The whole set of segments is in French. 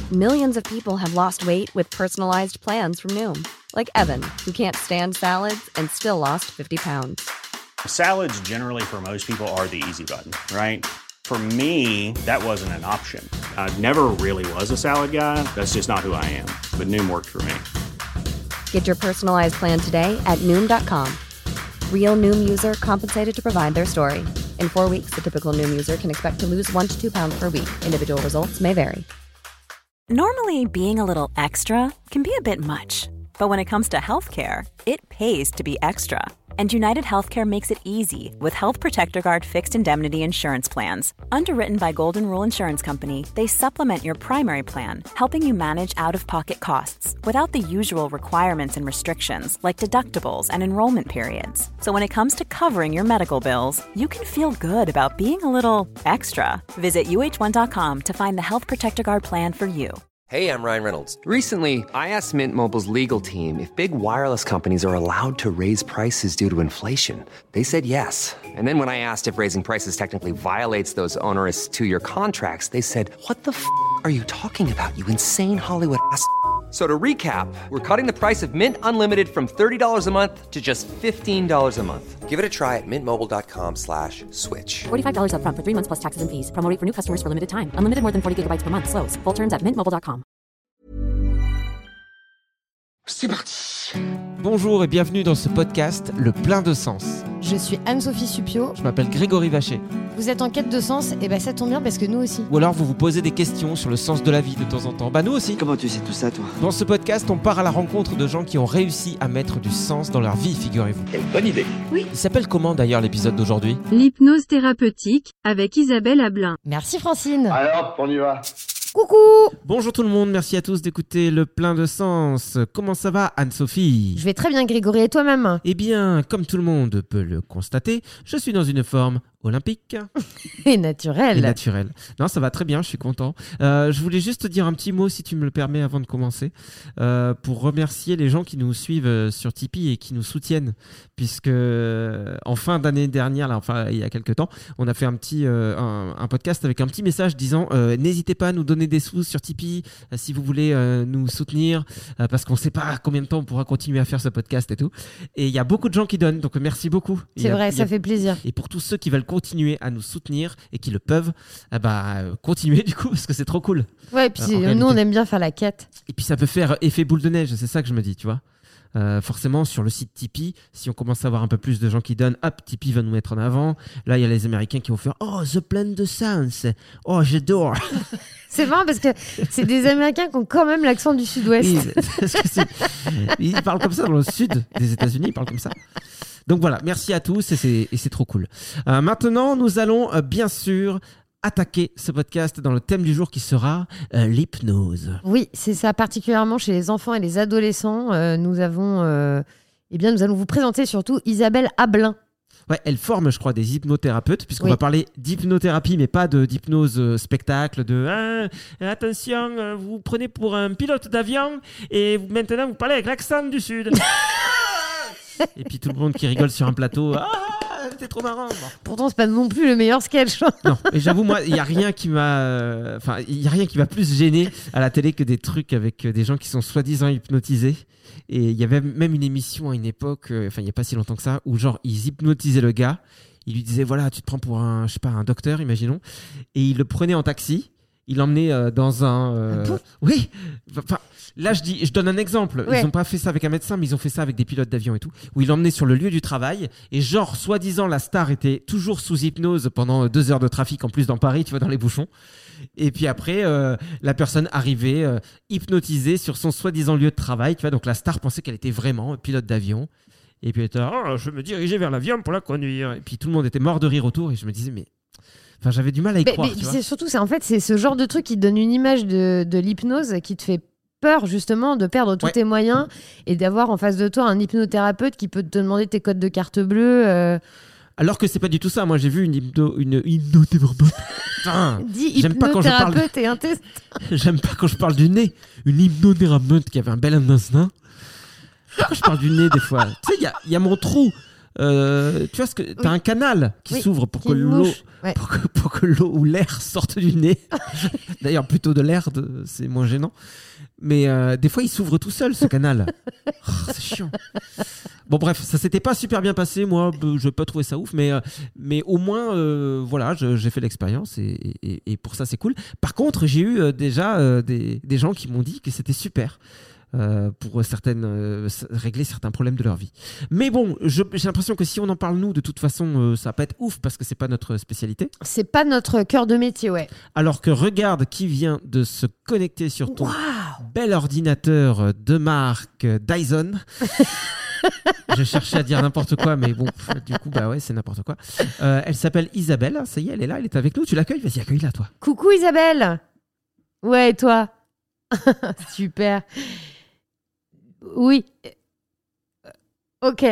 Millions of people have lost weight with personalized plans from Noom. Like Evan, who can't stand salads and still lost 50 pounds. Salads generally for most people are the easy button, right? For me, that wasn't an option. I never really was a salad guy. That's just not who I am. But Noom worked for me. Get your personalized plan today at Noom.com. Real Noom user compensated to provide their story. In 4 weeks, the typical Noom user can expect to lose 1 to 2 pounds per week. Individual results may vary. Normally, being a little extra can be a bit much. But when it comes to healthcare, it pays to be extra. And United Healthcare makes it easy with Health Protector Guard fixed indemnity insurance plans. Underwritten by Golden Rule Insurance Company, they supplement your primary plan, helping you manage out-of-pocket costs without the usual requirements and restrictions like deductibles and enrollment periods. So when it comes to covering your medical bills, you can feel good about being a little extra. Visit uh1.com to find the Health Protector Guard plan for you. Hey, I'm Ryan Reynolds. Recently, I asked Mint Mobile's legal team if big wireless companies are allowed to raise prices due to inflation. They said yes. And then when I asked if raising prices technically violates those onerous two-year contracts, they said, "What the f*** are you talking about, you insane Hollywood ass?" So to recap, we're cutting the price of Mint Unlimited from $30 a month to just $15 a month. Give it a try at mintmobile.com/switch. $45 up front for 3 months plus taxes and fees. Promo rate for new customers for limited time. Unlimited more than 40 gigabytes per month. Slows full terms at mintmobile.com. C'est parti. Bonjour et bienvenue dans ce podcast Le Plein de Sens. Je suis Anne-Sophie Suppiot. Je m'appelle Grégory Vacher. Vous êtes en quête de sens, et ça tombe bien parce que nous aussi. Ou alors vous vous posez des questions sur le sens de la vie de temps en temps. Nous aussi. Comment tu sais tout ça, toi ? Dans ce podcast, on part à la rencontre de gens qui ont réussi à mettre du sens dans leur vie, figurez-vous. Quelle bonne idée. Oui. Il s'appelle comment d'ailleurs l'épisode d'aujourd'hui ? L'hypnose thérapeutique avec Isabelle Ablin. Merci Francine. Alors, on y va. Coucou. Bonjour tout le monde, merci à tous d'écouter Le Plein de Sens. Comment ça va Anne-Sophie ? Je vais très bien Grégory, et toi-même ? Eh bien, comme tout le monde peut le constater, je suis dans une forme olympique. Et naturel. Et naturel. Non, ça va très bien, je suis content. Je voulais juste te dire un petit mot, si tu me le permets, avant de commencer, pour remercier les gens qui nous suivent sur Tipeee et qui nous soutiennent, puisque en fin d'année dernière, il y a quelques temps, on a fait un podcast avec un petit message disant n'hésitez pas à nous donner des sous sur Tipeee si vous voulez nous soutenir, parce qu'on ne sait pas combien de temps on pourra continuer à faire ce podcast et tout. Et il y a beaucoup de gens qui donnent, donc merci beaucoup. C'est vrai, ça fait plaisir. Et pour tous ceux qui veulent continuer à nous soutenir et qui le peuvent, continuez du coup, parce que c'est trop cool. Ouais, et puis nous on aime bien faire la quête. Et puis ça peut faire effet boule de neige, c'est ça que je me dis, tu vois. Forcément sur le site Tipeee, si on commence à avoir un peu plus de gens qui donnent, hop, Tipeee va nous mettre en avant. Là il y a les Américains qui vont faire oh The Plein de Sens, oh j'adore. C'est marrant parce que c'est des Américains qui ont quand même l'accent du sud-ouest. Ils parlent comme ça dans le sud des États-Unis, ils parlent comme ça. Donc voilà, merci à tous et c'est trop cool. Maintenant, nous allons bien sûr attaquer ce podcast dans le thème du jour qui sera l'hypnose. Oui, c'est ça, particulièrement chez les enfants et les adolescents. Nous allons vous présenter surtout Isabelle Ablin. Ouais, elle forme, je crois, des hypnothérapeutes, puisqu'on va parler d'hypnothérapie, mais pas d'hypnose spectacle, attention, vous prenez pour un pilote d'avion et maintenant vous parlez avec l'accent du Sud. Et puis tout le monde qui rigole sur un plateau. Ah, t'es trop marrant. Bon. Pourtant, c'est pas non plus le meilleur sketch. Non, mais j'avoue, moi, il y a rien qui va plus gêner à la télé que des trucs avec des gens qui sont soi-disant hypnotisés. Et il y avait même une émission à une époque, il n'y a pas si longtemps que ça, où genre ils hypnotisaient le gars. Ils lui disaient voilà, tu te prends pour un docteur, imaginons, et ils le prenaient en taxi. Il l'emmenait dans un. Oui. Enfin, là, je donne un exemple. Ouais. Ils n'ont pas fait ça avec un médecin, mais ils ont fait ça avec des pilotes d'avion et tout. Où ils l'emmenaient sur le lieu du travail. Et genre, soi-disant, la star était toujours sous hypnose pendant 2 heures de trafic, en plus dans Paris, tu vois, dans les bouchons. Et puis après, la personne arrivait hypnotisée sur son soi-disant lieu de travail. Tu vois, donc la star pensait qu'elle était vraiment pilote d'avion. Et puis elle était je me dirigeais vers l'avion pour la conduire. Et puis tout le monde était mort de rire autour. Et je me disais, mais. Enfin, j'avais du mal à y croire. Tu vois. C'est surtout, c'est ce genre de truc qui te donne une image de l'hypnose qui te fait peur justement de perdre tous tes moyens et d'avoir en face de toi un hypnothérapeute qui peut te demander tes codes de carte bleue. Alors que c'est pas du tout ça. Moi, j'ai vu une hypnothérapeute. J'aime pas quand je parle. J'aime pas quand je parle du nez. Une hypnothérapeute qui avait un bel intestin. Quand je parle du nez des fois. Tu sais, il y a mon trou. tu vois, t'as un canal qui s'ouvre pour que l'eau, pour que l'eau ou l'air sorte du nez. D'ailleurs, plutôt de l'air, c'est moins gênant. Mais des fois, il s'ouvre tout seul, ce canal. Oh, c'est chiant. Bon, bref, ça s'était pas super bien passé. Moi, je n'ai pas trouvé ça ouf. Mais au moins, voilà, j'ai fait l'expérience et pour ça, c'est cool. Par contre, j'ai eu déjà des gens qui m'ont dit que c'était super. Pour régler certains problèmes de leur vie. Mais bon, j'ai l'impression que si on en parle nous, de toute façon, ça va pas être ouf parce que c'est pas notre spécialité. C'est pas notre cœur de métier, ouais. Alors que regarde qui vient de se connecter sur ton bel ordinateur de marque Dyson. Je cherchais à dire n'importe quoi, mais bon, du coup, bah ouais, c'est n'importe quoi. Elle s'appelle Isabelle, ça y est, elle est là, elle est avec nous. Tu l'accueilles ? Vas-y, accueille-la, toi. Coucou Isabelle. Ouais, et toi ? Super. Oui. Ok.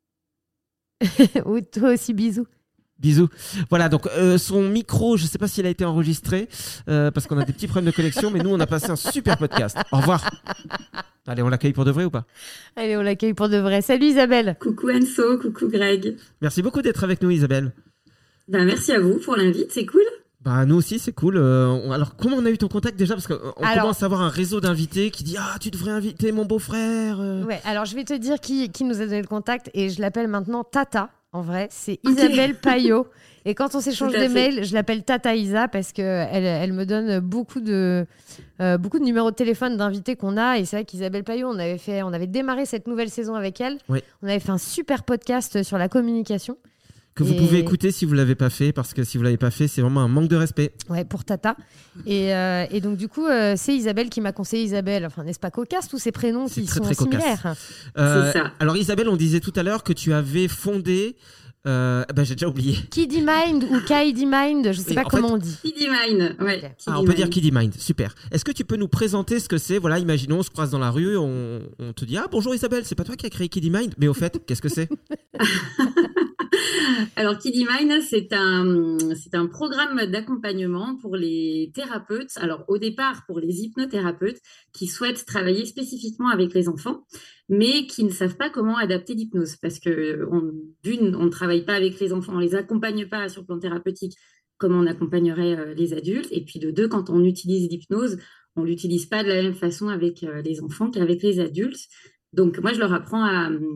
Oui, toi aussi, bisous. Bisous. Voilà, donc son micro, je ne sais pas s'il a été enregistré parce qu'on a des petits problèmes de connexion, mais nous, on a passé un super podcast. Au revoir. Allez, on l'accueille pour de vrai ou pas ? Allez, on l'accueille pour de vrai. Salut Isabelle. Coucou Anso, coucou Greg. Merci beaucoup d'être avec nous, Isabelle. Merci à vous pour l'invite, c'est cool. Bah, nous aussi, c'est cool. Alors, comment on a eu ton contact déjà ? Parce qu'on commence à avoir un réseau d'invités qui dit « Ah, tu devrais inviter mon beau-frère !» Ouais, alors je vais te dire qui nous a donné le contact et je l'appelle maintenant Tata. En vrai, c'est Isabelle Payot. Et quand on s'échange des mails, je l'appelle Tata Isa parce qu'elle me donne beaucoup de numéros de téléphone d'invités qu'on a. Et c'est vrai qu'Isabelle Payot, on avait démarré cette nouvelle saison avec elle. Oui. On avait fait un super podcast sur la communication. Que vous pouvez écouter si vous ne l'avez pas fait, parce que si vous ne l'avez pas fait, c'est vraiment un manque de respect. Ouais, pour Tata. Et donc, du coup, c'est Isabelle qui m'a conseillé Isabelle. Enfin, n'est-ce pas cocasse, tous ces prénoms qui sont similaires. C'est ça. Alors, Isabelle, on disait tout à l'heure que tu avais fondé... j'ai déjà oublié. Kiddy Mind ou Kiddy Mind, je ne sais pas comment on dit. Kiddy Mind, ouais. Okay. On peut dire Kiddy Mind, super. Est-ce que tu peux nous présenter ce que c'est ? Voilà, imaginons, on se croise dans la rue, on te dit « Ah, bonjour Isabelle, c'est pas toi qui as créé Kiddy Mind ?» Mais au fait, qu'est-ce que c'est ? Alors, Kiddy Mind, c'est un programme d'accompagnement pour les thérapeutes. Alors, au départ, pour les hypnothérapeutes qui souhaitent travailler spécifiquement avec les enfants, mais qui ne savent pas comment adapter l'hypnose. Parce que, d'une, on ne travaille pas avec les enfants, on ne les accompagne pas sur le plan thérapeutique comme on accompagnerait les adultes. Et puis, de deux, quand on utilise l'hypnose, on ne l'utilise pas de la même façon avec les enfants qu'avec les adultes. Donc, moi, je leur apprends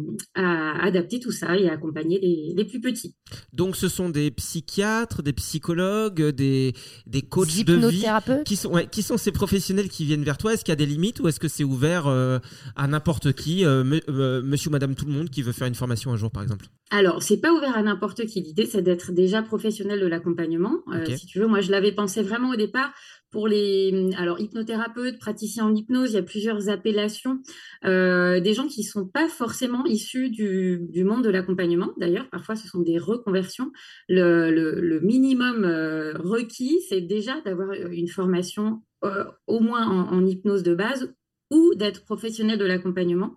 à adapter tout ça et à accompagner les plus petits. Donc, ce sont des psychiatres, des psychologues, des coachs de vie. Qui sont ces professionnels qui viennent vers toi ? Est-ce qu'il y a des limites ou est-ce que c'est ouvert à n'importe qui, monsieur ou madame tout le monde qui veut faire une formation un jour, par exemple ? Alors, c'est pas ouvert à n'importe qui. L'idée, c'est d'être déjà professionnel de l'accompagnement. Okay. Si tu veux, moi, je l'avais pensé vraiment au départ pour les hypnothérapeutes, praticiens en hypnose. Il y a plusieurs appellations. Des gens qui sont pas forcément issus du monde de l'accompagnement. D'ailleurs, parfois, ce sont des reconversions. Le minimum requis, c'est déjà d'avoir une formation au moins en hypnose de base ou d'être professionnel de l'accompagnement.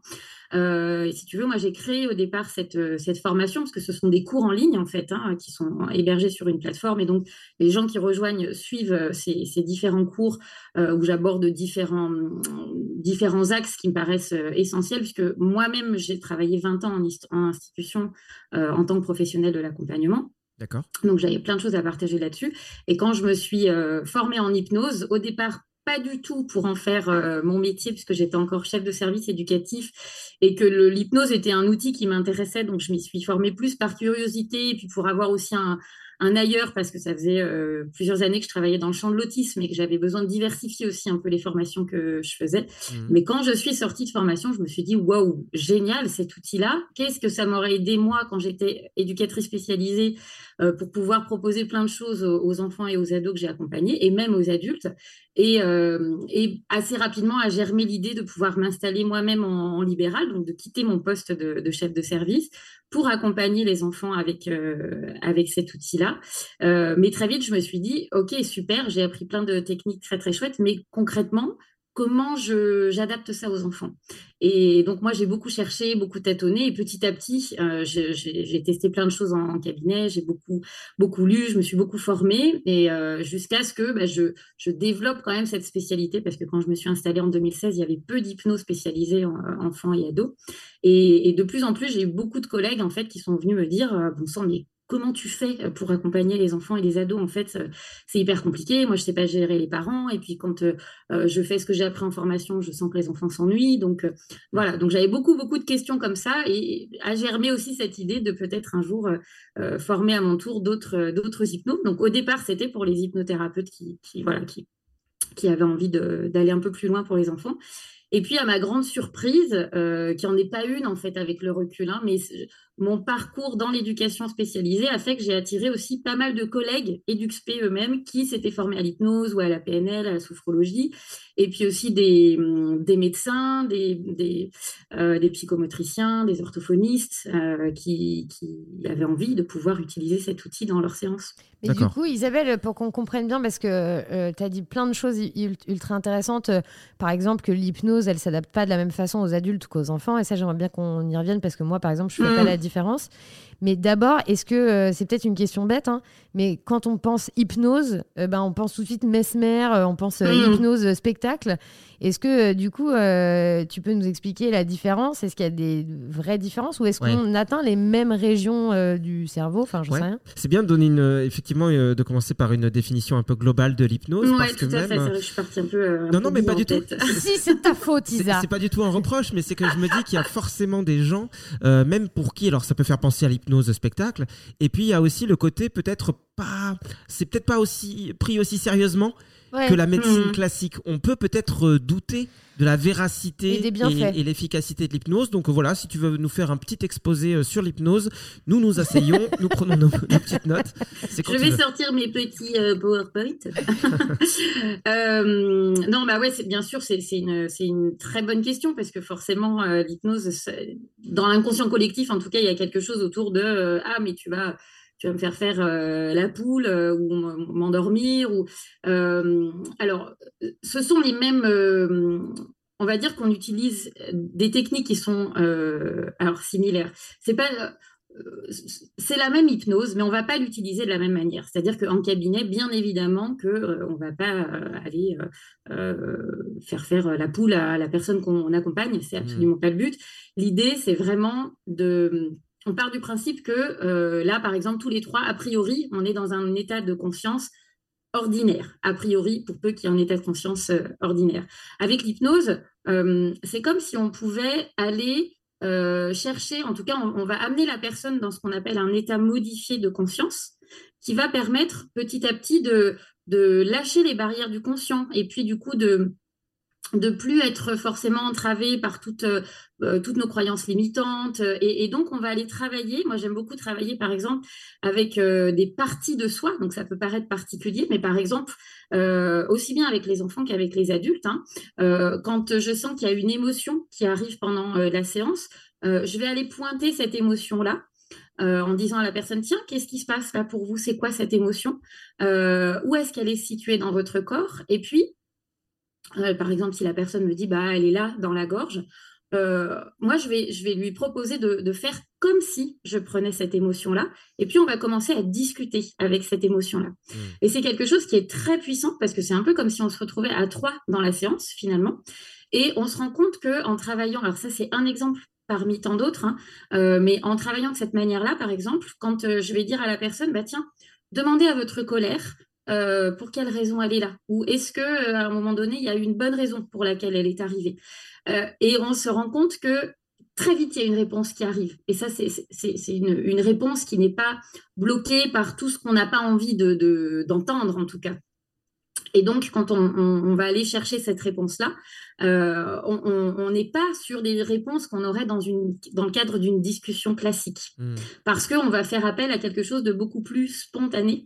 Si tu veux, moi j'ai créé au départ cette formation parce que ce sont des cours en ligne en fait qui sont hébergés sur une plateforme et donc les gens qui rejoignent suivent ces différents cours où j'aborde différents axes qui me paraissent essentiels puisque moi-même j'ai travaillé 20 ans en institution en tant que professionnelle de l'accompagnement. D'accord. Donc j'avais plein de choses à partager là-dessus et quand je me suis formée en hypnose, au départ pas du tout pour en faire mon métier puisque j'étais encore chef de service éducatif et que l'hypnose était un outil qui m'intéressait, donc je m'y suis formée plus par curiosité et puis pour avoir aussi un ailleurs parce que ça faisait plusieurs années que je travaillais dans le champ de l'autisme et que j'avais besoin de diversifier aussi un peu les formations que je faisais. Mais quand je suis sortie de formation, je me suis dit waouh, génial cet outil-là. Qu'est-ce que ça m'aurait aidé moi quand j'étais éducatrice spécialisée pour pouvoir proposer plein de choses aux enfants et aux ados que j'ai accompagnés et même aux adultes. Et assez rapidement a germé l'idée de pouvoir m'installer moi-même en libéral, donc de quitter mon poste de chef de service pour accompagner les enfants avec cet outil-là. Mais très vite, je me suis dit, ok, super, j'ai appris plein de techniques très, très chouettes, mais concrètement, comment j'adapte ça aux enfants. Et donc, moi, j'ai beaucoup cherché, beaucoup tâtonné. Et petit à petit, j'ai testé plein de choses en cabinet. J'ai beaucoup lu, je me suis beaucoup formée. Et jusqu'à ce que je développe quand même cette spécialité. Parce que quand je me suis installée en 2016, il y avait peu d'hypnose spécialisée en enfants et ados. Et de plus en plus, j'ai eu beaucoup de collègues, en fait, qui sont venus me dire, bon sang, mais comment tu fais pour accompagner les enfants et les ados? En fait, c'est hyper compliqué. Moi, je sais pas gérer les parents. Et puis, quand je fais ce que j'ai appris en formation, je sens que les enfants s'ennuient. Donc, voilà. Donc, j'avais beaucoup de questions comme ça. Et a germé aussi cette idée de peut-être un jour former à mon tour d'autres hypnos. Donc, au départ, c'était pour les hypnothérapeutes qui avaient envie d'aller un peu plus loin pour les enfants. Et puis, à ma grande surprise, qui n'en est pas une, en fait, avec le recul, hein, mais mon parcours dans l'éducation spécialisée a fait que j'ai attiré aussi pas mal de collègues EduxP eux-mêmes qui s'étaient formés à l'hypnose ou à la PNL, à la sophrologie, et puis aussi des médecins, des psychomotriciens, des orthophonistes qui avaient envie de pouvoir utiliser cet outil dans leurs séances. Mais du coup, Isabelle, pour qu'on comprenne bien, parce que tu as dit plein de choses ultra intéressantes, par exemple que l'hypnose, elle ne s'adapte pas de la même façon aux adultes qu'aux enfants, et ça, j'aimerais bien qu'on y revienne, parce que moi, par exemple, je ne fais pas la différence. Mais d'abord, est-ce que, c'est peut-être une question bête, hein, mais quand on pense hypnose, on pense tout de suite Mesmer, on pense hypnose spectacle. Est-ce que, du coup, tu peux nous expliquer la différence? Est-ce qu'il y a des vraies différences ou est-ce qu'on atteint les mêmes régions du cerveau? Enfin, j'en sais rien. C'est bien de donner effectivement, de commencer par une définition un peu globale de l'hypnose. Oui, tout à fait. C'est vrai que je suis partie un peu. Non, mais pas du tout. Si, c'est de ta faute, Isa. C'est pas du tout un reproche, mais c'est que je me dis qu'il y a forcément des gens, même pour qui, alors ça peut faire penser à l'hypnose spectacle, et puis il y a aussi le côté c'est peut-être pas aussi pris aussi sérieusement que la médecine classique. On peut peut-être douter de la véracité et l'efficacité de l'hypnose. Donc voilà, si tu veux nous faire un petit exposé sur l'hypnose, nous asseyons, nous prenons nos petites notes. Je vais sortir mes petits PowerPoint. Non, bien sûr, c'est une très bonne question parce que forcément, l'hypnose, dans l'inconscient collectif, en tout cas, il y a quelque chose autour de mais tu vas me faire la poule ou m'endormir. Alors, ce sont les mêmes... on va dire qu'on utilise des techniques qui sont similaires. C'est la même hypnose, mais on ne va pas l'utiliser de la même manière. C'est-à-dire qu'en cabinet, bien évidemment, on ne va pas aller faire la poule à la personne qu'on accompagne. C'est absolument pas le but. L'idée, c'est vraiment on part du principe que là, par exemple, tous les trois, a priori, on est dans un état de conscience ordinaire, a priori, pour peu qu'il y ait un état de conscience ordinaire. Avec l'hypnose, c'est comme si on pouvait aller chercher, en tout cas, on va amener la personne dans ce qu'on appelle un état modifié de conscience, qui va permettre petit à petit de lâcher les barrières du conscient, et puis du coup de plus être forcément entravé par toutes nos croyances limitantes. Et donc, on va aller travailler. Moi, j'aime beaucoup travailler, par exemple, avec des parties de soi. Donc, ça peut paraître particulier, mais par exemple, aussi bien avec les enfants qu'avec les adultes, quand je sens qu'il y a une émotion qui arrive pendant la séance, je vais aller pointer cette émotion-là. En disant à la personne, tiens, qu'est-ce qui se passe là pour vous? C'est quoi cette émotion? Où est-ce qu'elle est située dans votre corps? Et puis, par exemple, si la personne me dit elle est là dans la gorge, moi je vais lui proposer de faire comme si je prenais cette émotion-là, et puis on va commencer à discuter avec cette émotion-là. Et c'est quelque chose qui est très puissant parce que c'est un peu comme si on se retrouvait à trois dans la séance finalement, et on se rend compte qu'en travaillant, alors ça c'est un exemple parmi tant d'autres, mais en travaillant de cette manière-là, par exemple, quand je vais dire à la personne, tiens, demandez à votre colère pour quelle raison elle est là, ou est-ce que à un moment donné il y a une bonne raison pour laquelle elle est arrivée, et on se rend compte que très vite il y a une réponse qui arrive, et ça c'est une réponse qui n'est pas bloquée par tout ce qu'on n'a pas envie d'entendre en tout cas. Et donc, quand on va aller chercher cette réponse-là, on n'est pas sur des réponses qu'on aurait dans le cadre d'une discussion classique, parce qu'on va faire appel à quelque chose de beaucoup plus spontané.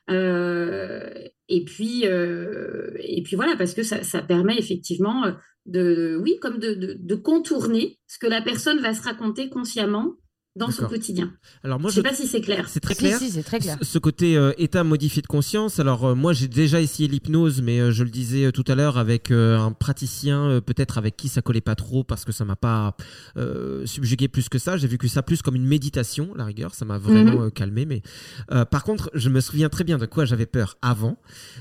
Et puis voilà, parce que ça permet effectivement de contourner ce que la personne va se raconter consciemment dans son quotidien. Alors moi, je sais pas si c'est clair. C'est très clair. Si, c'est très clair. Ce côté état modifié de conscience. Alors moi, j'ai déjà essayé l'hypnose, mais je le disais tout à l'heure avec un praticien, peut-être avec qui ça collait pas trop parce que ça m'a pas subjugué plus que ça. J'ai vécu ça plus comme une méditation, à la rigueur. Ça m'a vraiment calmé. Mais par contre, je me souviens très bien de quoi j'avais peur avant.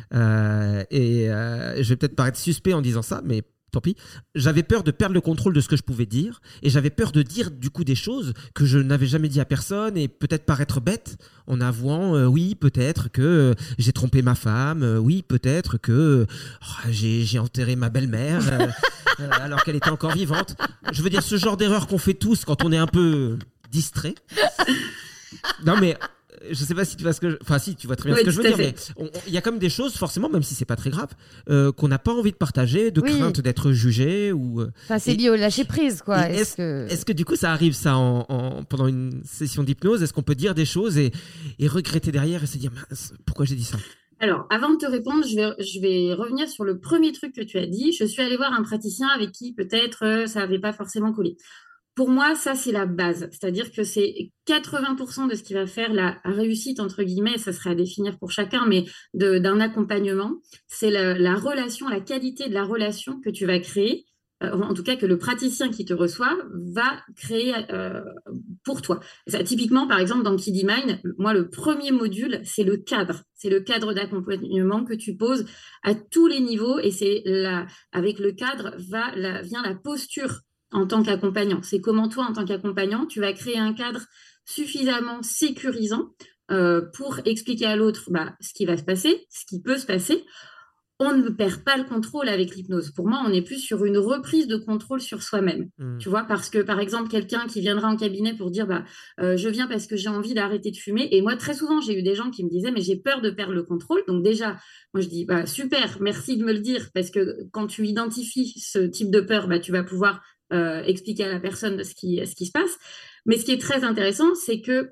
Je vais peut-être paraître suspect en disant ça, mais tant pis. J'avais peur de perdre le contrôle de ce que je pouvais dire et j'avais peur de dire du coup des choses que je n'avais jamais dit à personne et peut-être paraître bête en avouant oui peut-être que j'ai trompé ma femme, oui peut-être que j'ai enterré ma belle-mère alors qu'elle était encore vivante. Je veux dire ce genre d'erreur qu'on fait tous quand on est un peu distrait. Non mais je sais pas si tu vois ce que enfin si tu vois très bien ce que je veux dire, mais il y a comme des choses forcément, même si c'est pas très grave, qu'on n'a pas envie de partager, de crainte d'être jugé ou enfin c'est lié au lâcher prise quoi. Est-ce que du coup ça arrive ça pendant une session d'hypnose, est-ce qu'on peut dire des choses et regretter derrière et se dire mince, pourquoi j'ai dit ça? Alors, avant de te répondre, je vais revenir sur le premier truc que tu as dit. Je suis allée voir un praticien avec qui peut-être ça n'avait pas forcément collé. Pour moi, ça, c'est la base. C'est-à-dire que c'est 80% de ce qui va faire la réussite, entre guillemets, ça serait à définir pour chacun, mais d'un accompagnement, c'est la relation, la qualité de la relation que tu vas créer, en tout cas que le praticien qui te reçoit va créer pour toi. Ça, typiquement, par exemple, dans Kiddy Mind, moi, le premier module, c'est le cadre. C'est le cadre d'accompagnement que tu poses à tous les niveaux et avec le cadre vient la posture en tant qu'accompagnant. C'est comment toi, en tant qu'accompagnant, tu vas créer un cadre suffisamment sécurisant pour expliquer à l'autre ce qui va se passer, ce qui peut se passer. On ne perd pas le contrôle avec l'hypnose. Pour moi, on est plus sur une reprise de contrôle sur soi-même. Tu vois, parce que, par exemple, quelqu'un qui viendra en cabinet pour dire je viens parce que j'ai envie d'arrêter de fumer. Et moi, très souvent, j'ai eu des gens qui me disaient mais j'ai peur de perdre le contrôle. Donc déjà, moi, je dis super, merci de me le dire parce que quand tu identifies ce type de peur, tu vas pouvoir expliquer à la personne ce qui se passe. Mais ce qui est très intéressant, c'est que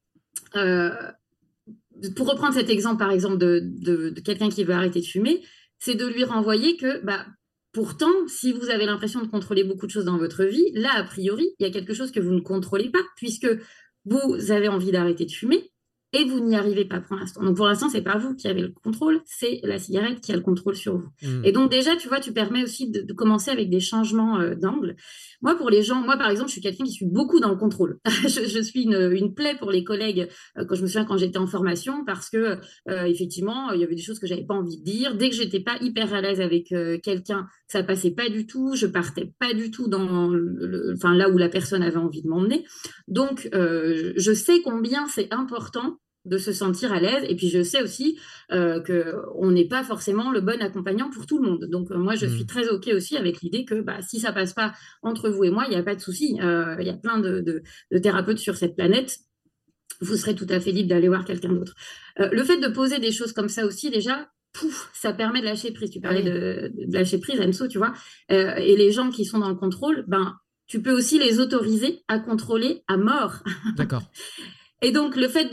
pour reprendre cet exemple, par exemple, de quelqu'un qui veut arrêter de fumer, c'est de lui renvoyer que pourtant, si vous avez l'impression de contrôler beaucoup de choses dans votre vie, là, a priori, il y a quelque chose que vous ne contrôlez pas, puisque vous avez envie d'arrêter de fumer et vous n'y arrivez pas pour l'instant. Donc, pour l'instant, c'est pas vous qui avez le contrôle, c'est la cigarette qui a le contrôle sur vous. Et donc, déjà, tu vois, tu permets aussi de commencer avec des changements d'angle. Moi, pour les gens, par exemple, je suis quelqu'un qui suis beaucoup dans le contrôle. je suis une plaie pour les collègues quand je me souviens quand j'étais en formation parce que, effectivement, il y avait des choses que j'avais pas envie de dire. Dès que j'étais pas hyper à l'aise avec quelqu'un, ça passait pas du tout. Je partais pas du tout dans là où la personne avait envie de m'emmener. Donc, je sais combien c'est important de se sentir à l'aise. Et puis, je sais aussi qu'on n'est pas forcément le bon accompagnant pour tout le monde. Donc, moi, je suis très OK aussi avec l'idée que si ça passe pas entre vous et moi, il n'y a pas de souci. Il y a plein de thérapeutes sur cette planète. Vous serez tout à fait libre d'aller voir quelqu'un d'autre. Le fait de poser des choses comme ça aussi, déjà, ça permet de lâcher prise. Tu parlais de lâcher prise, Anso, tu vois. Et les gens qui sont dans le contrôle, tu peux aussi les autoriser à contrôler à mort. D'accord. Et donc, le fait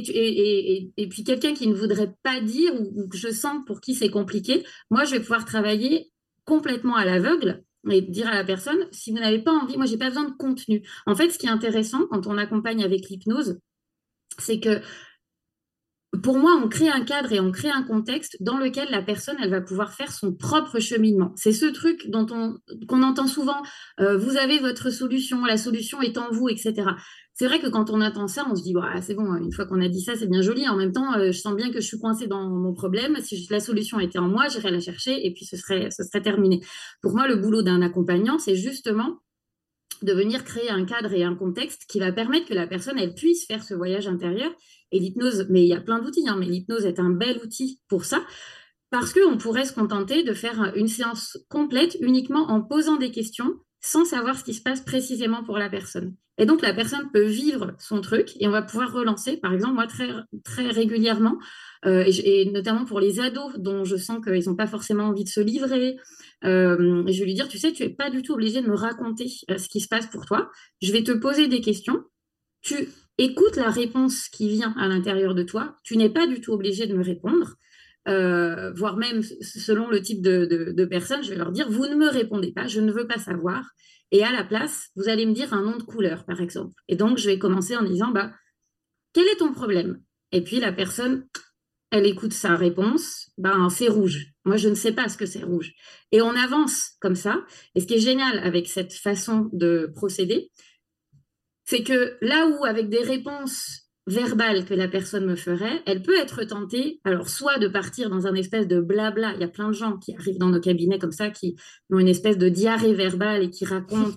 et puis quelqu'un qui ne voudrait pas dire ou que je sens pour qui c'est compliqué, moi, je vais pouvoir travailler complètement à l'aveugle et dire à la personne, si vous n'avez pas envie, moi, j'ai pas besoin de contenu. En fait, ce qui est intéressant quand on accompagne avec l'hypnose, c'est que pour moi, on crée un cadre et on crée un contexte dans lequel la personne, elle va pouvoir faire son propre cheminement. C'est ce truc qu'on entend souvent, vous avez votre solution, la solution est en vous, etc. C'est vrai que quand on entend ça, on se dit, c'est bon, une fois qu'on a dit ça, c'est bien joli. En même temps, je sens bien que je suis coincée dans mon problème. Si la solution était en moi, j'irais la chercher et puis ce serait terminé. Pour moi, le boulot d'un accompagnant, c'est justement de venir créer un cadre et un contexte qui va permettre que la personne, elle puisse faire ce voyage intérieur. Et l'hypnose, mais il y a plein d'outils, mais l'hypnose est un bel outil pour ça, parce qu'on pourrait se contenter de faire une séance complète uniquement en posant des questions sans savoir ce qui se passe précisément pour la personne. Et donc, la personne peut vivre son truc et on va pouvoir relancer. Par exemple, moi, très, très régulièrement, et notamment pour les ados dont je sens qu'ils n'ont pas forcément envie de se livrer, je vais lui dire, tu sais, tu n'es pas du tout obligé de me raconter ce qui se passe pour toi. Je vais te poser des questions. Tu écoutes la réponse qui vient à l'intérieur de toi. Tu n'es pas du tout obligé de me répondre. voire même selon le type de personne, je vais leur dire, vous ne me répondez pas, je ne veux pas savoir. Et à la place, vous allez me dire un nom de couleur, par exemple. Et donc, je vais commencer en disant, quel est ton problème? Et puis, la personne, elle écoute sa réponse, c'est rouge. Moi, je ne sais pas ce que c'est rouge. Et on avance comme ça. Et ce qui est génial avec cette façon de procéder, c'est que là où, avec des réponses verbale que la personne me ferait, elle peut être tentée, alors soit de partir dans un espèce de blabla, il y a plein de gens qui arrivent dans nos cabinets comme ça, qui ont une espèce de diarrhée verbale et qui racontent.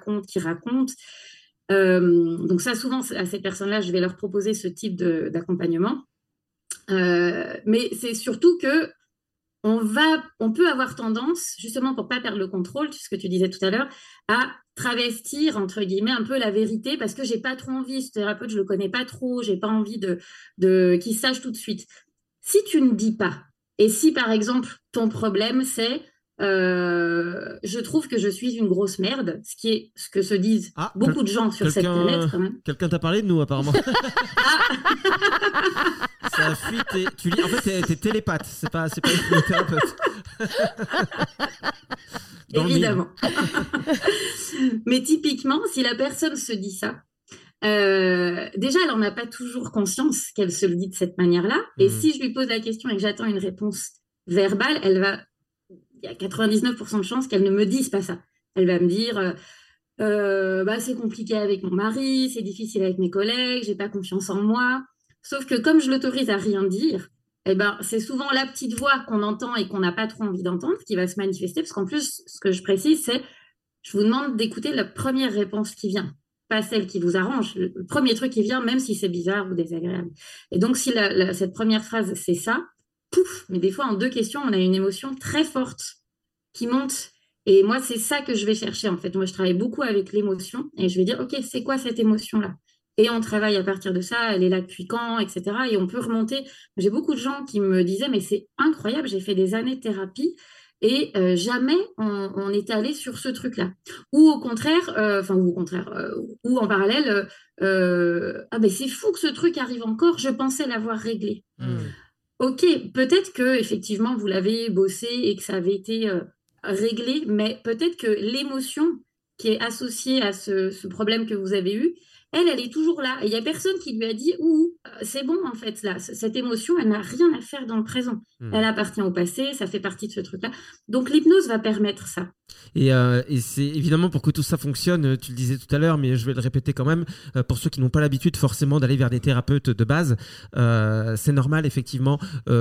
Donc ça, souvent, à ces personnes-là, je vais leur proposer ce type d'accompagnement. Mais c'est surtout que on peut avoir tendance, justement pour pas perdre le contrôle, ce que tu disais tout à l'heure, à travestir, entre guillemets, un peu la vérité parce que j'ai pas trop envie, ce thérapeute, je le connais pas trop, j'ai pas envie qu'il sache tout de suite. Si tu ne dis pas, et si par exemple ton problème c'est je trouve que je suis une grosse merde, ce qui est ce que se disent beaucoup de gens sur cette planète quand même. Quelqu'un t'a parlé de nous apparemment. Ça fuit en fait t'es télépathe, c'est pas une thérapeute. Évidemment. Mais typiquement, si la personne se dit ça, déjà, elle n'en a pas toujours conscience qu'elle se le dit de cette manière-là. Et si je lui pose la question et que j'attends une réponse verbale, il y a 99% de chances qu'elle ne me dise pas ça. Elle va me dire c'est compliqué avec mon mari, c'est difficile avec mes collègues, j'ai pas confiance en moi. Sauf que comme je l'autorise à rien dire, c'est souvent la petite voix qu'on entend et qu'on n'a pas trop envie d'entendre qui va se manifester. Parce qu'en plus, ce que je précise, c'est je vous demande d'écouter la première réponse qui vient, pas celle qui vous arrange. Le premier truc qui vient, même si c'est bizarre ou désagréable. Et donc, si cette première phrase, c'est ça, pouf, mais des fois, en 2 questions, on a une émotion très forte qui monte. Et moi, c'est ça que je vais chercher, en fait. Moi, je travaille beaucoup avec l'émotion et je vais dire, OK, c'est quoi cette émotion-là? Et on travaille à partir de ça, elle est là depuis quand, etc. Et on peut remonter. J'ai beaucoup de gens qui me disaient, mais c'est incroyable, j'ai fait des années de thérapie et jamais on est allé sur ce truc-là. Ou au contraire, ou en parallèle, c'est fou que ce truc arrive encore, je pensais l'avoir réglé. Ok, peut-être que effectivement vous l'avez bossé et que ça avait été réglé, mais peut-être que l'émotion qui est associée à ce problème que vous avez eu, elle est toujours là. Et il n'y a personne qui lui a dit c'est bon, en fait, là, cette émotion, elle n'a rien à faire dans le présent. Elle appartient au passé, ça fait partie de ce truc-là. Donc, l'hypnose va permettre ça. Et c'est évidemment pour que tout ça fonctionne, tu le disais tout à l'heure, mais je vais le répéter quand même, pour ceux qui n'ont pas l'habitude forcément d'aller vers des thérapeutes de base, c'est normal effectivement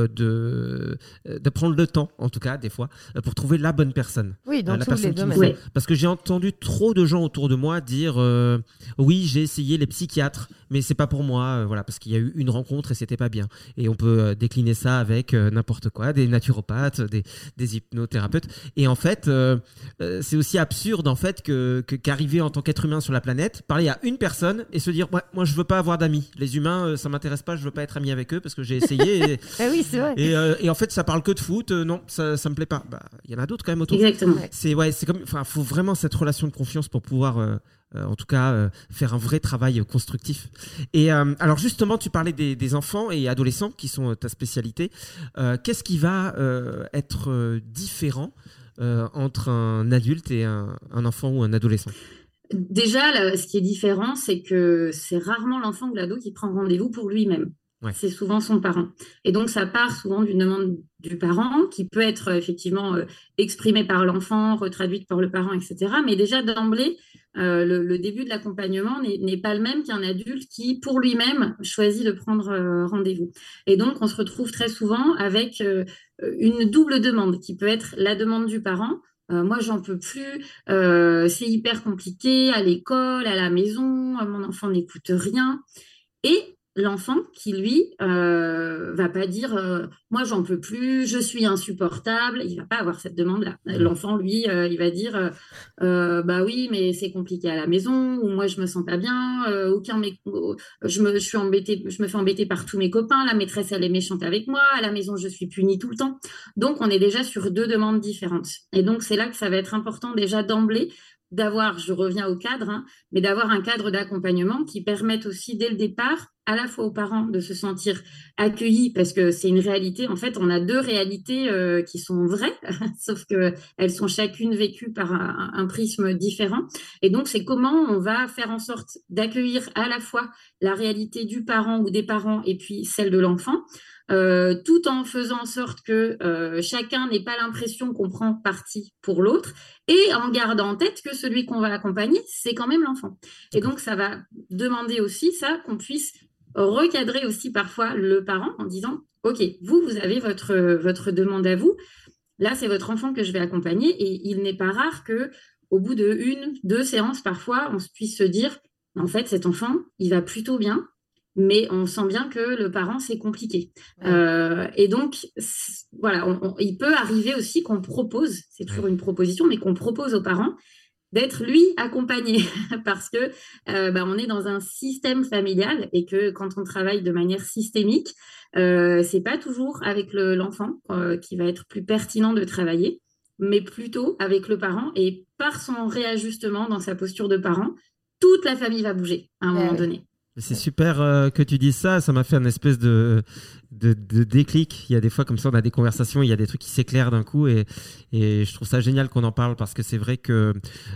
de prendre le temps, en tout cas des fois, pour trouver la bonne personne. Oui, dans la tous personne les domaines. Oui. Parce que j'ai entendu trop de gens autour de moi dire oui, j'ai essayé les psychiatres, mais c'est pas pour moi, voilà, parce qu'il y a eu une rencontre et c'était pas bien. Et on peut décliner ça avec n'importe quoi, des naturopathes, des hypnothérapeutes. Et en fait, c'est aussi absurde en fait qu'arriver en tant qu'être humain sur la planète, parler à une personne et se dire moi je veux pas avoir d'amis. Les humains, ça m'intéresse pas, je veux pas être ami avec eux parce que j'ai essayé. Oui, c'est vrai. Et en fait, ça parle que de foot. Non, ça me plaît pas. Il y en a d'autres quand même autour. Exactement. C'est comme, faut vraiment cette relation de confiance pour pouvoir en tout cas faire un vrai travail constructif. Et alors justement, tu parlais des enfants et adolescents qui sont ta spécialité. Qu'est-ce qui va être différent entre un adulte et un enfant ou un adolescent? Déjà, là, ce qui est différent, c'est que c'est rarement l'enfant ou l'ado qui prend rendez-vous pour lui-même. Ouais. C'est souvent son parent. Et donc, ça part souvent d'une demande du parent qui peut être effectivement exprimée par l'enfant, retraduite par le parent, etc. Mais déjà, d'emblée, le début de l'accompagnement n'est pas le même qu'un adulte qui, pour lui-même, choisit de prendre rendez-vous. Et donc, on se retrouve très souvent avec une double demande qui peut être la demande du parent. Moi, j'en peux plus, c'est hyper compliqué à l'école, à la maison, mon enfant n'écoute rien. Et l'enfant qui, lui, va pas dire moi, j'en peux plus, je suis insupportable. Il va pas avoir cette demande-là. L'enfant, lui, il va dire oui, mais c'est compliqué à la maison, ou moi, je me sens pas bien, je me fais embêter par tous mes copains, la maîtresse, elle est méchante avec moi, à la maison, je suis punie tout le temps. Donc, on est déjà sur 2 demandes différentes. Et donc, c'est là que ça va être important déjà d'emblée je reviens au cadre, hein, mais d'avoir un cadre d'accompagnement qui permette aussi dès le départ, à la fois aux parents de se sentir accueillis, parce que c'est une réalité. En fait, on a deux réalités qui sont vraies, sauf qu'elles sont chacune vécues par un prisme différent. Et donc, c'est comment on va faire en sorte d'accueillir à la fois la réalité du parent ou des parents et puis celle de l'enfant, tout en faisant en sorte que chacun n'ait pas l'impression qu'on prend parti pour l'autre, et en gardant en tête que celui qu'on va accompagner, c'est quand même l'enfant. Et donc, ça va demander aussi ça, qu'on puisse recadrer aussi parfois le parent en disant « Ok, vous avez votre demande à vous. Là, c'est votre enfant que je vais accompagner. » Et il n'est pas rare qu'au bout de 1-2 séances, parfois, on puisse se dire « En fait, cet enfant, il va plutôt bien. » Mais on sent bien que le parent, c'est compliqué. Ouais. Et donc, voilà, il peut arriver aussi qu'on propose, c'est toujours une proposition, mais qu'on propose aux parents d'être, lui, accompagné. Parce que on est dans un système familial et que quand on travaille de manière systémique, c'est pas toujours avec l'enfant qui va être plus pertinent de travailler, mais plutôt avec le parent. Et par son réajustement dans sa posture de parent, toute la famille va bouger à un moment donné. C'est super que tu dises ça. Ça m'a fait une espèce de déclic. Il y a des fois comme ça, on a des conversations, il y a des trucs qui s'éclairent d'un coup, et je trouve ça génial qu'on en parle, parce que c'est vrai que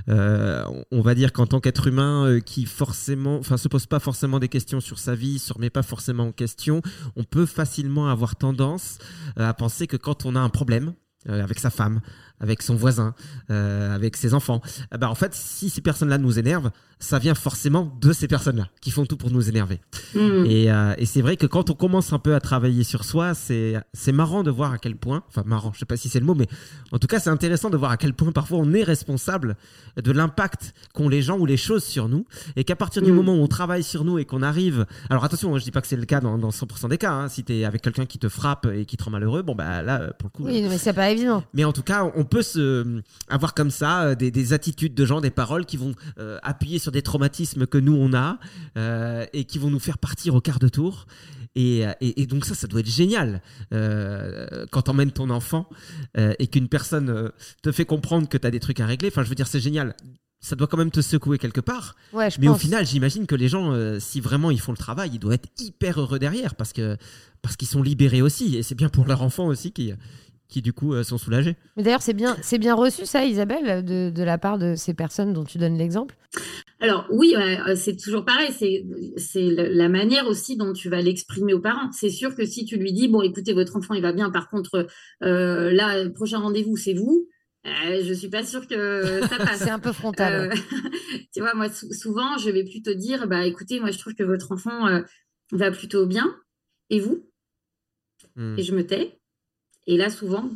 on va dire qu'en tant qu'être humain qui se pose pas forcément des questions sur sa vie, se remet pas forcément en question, on peut facilement avoir tendance à penser que quand on a un problème avec sa femme, avec son voisin, avec ses enfants, en fait, si ces personnes-là nous énervent, ça vient forcément de ces personnes-là qui font tout pour nous énerver. Et c'est vrai que quand on commence un peu à travailler sur soi, c'est marrant de voir à quel point, enfin marrant, je sais pas si c'est le mot, mais en tout cas c'est intéressant de voir à quel point parfois on est responsable de l'impact qu'ont les gens ou les choses sur nous, et qu'à partir du moment où on travaille sur nous et qu'on arrive, alors attention, je dis pas que c'est le cas dans 100% des cas, hein, si t'es avec quelqu'un qui te frappe et qui te rend malheureux, là pour le coup. Oui, mais c'est pas évident. Mais en tout cas, on peut avoir comme ça des attitudes de gens, des paroles qui vont appuyer sur des traumatismes que nous on a, et qui vont nous faire partir au quart de tour. Et donc ça doit être génial quand t'emmènes ton enfant et qu'une personne te fait comprendre que t'as des trucs à régler. Enfin, je veux dire, c'est génial. Ça doit quand même te secouer quelque part. Ouais, mais pense. Au final, j'imagine que les gens, si vraiment ils font le travail, ils doivent être hyper heureux derrière, parce qu'ils sont libérés aussi, et c'est bien pour leur enfant aussi qui du coup sont soulagés. Mais d'ailleurs, c'est bien reçu ça, Isabelle, de la part de ces personnes dont tu donnes l'exemple? Alors oui, c'est toujours pareil, c'est la manière aussi dont tu vas l'exprimer aux parents. C'est sûr que si tu lui dis, bon écoutez, votre enfant il va bien, par contre là, le prochain rendez-vous c'est vous, je suis pas sûre que ça passe. C'est un peu frontal. Tu vois, moi souvent je vais plutôt dire, écoutez, moi je trouve que votre enfant va plutôt bien, et vous? Et je me tais. Et là, souvent,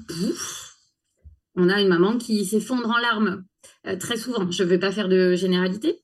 on a une maman qui s'effondre en larmes, très souvent. Je ne vais pas faire de généralité.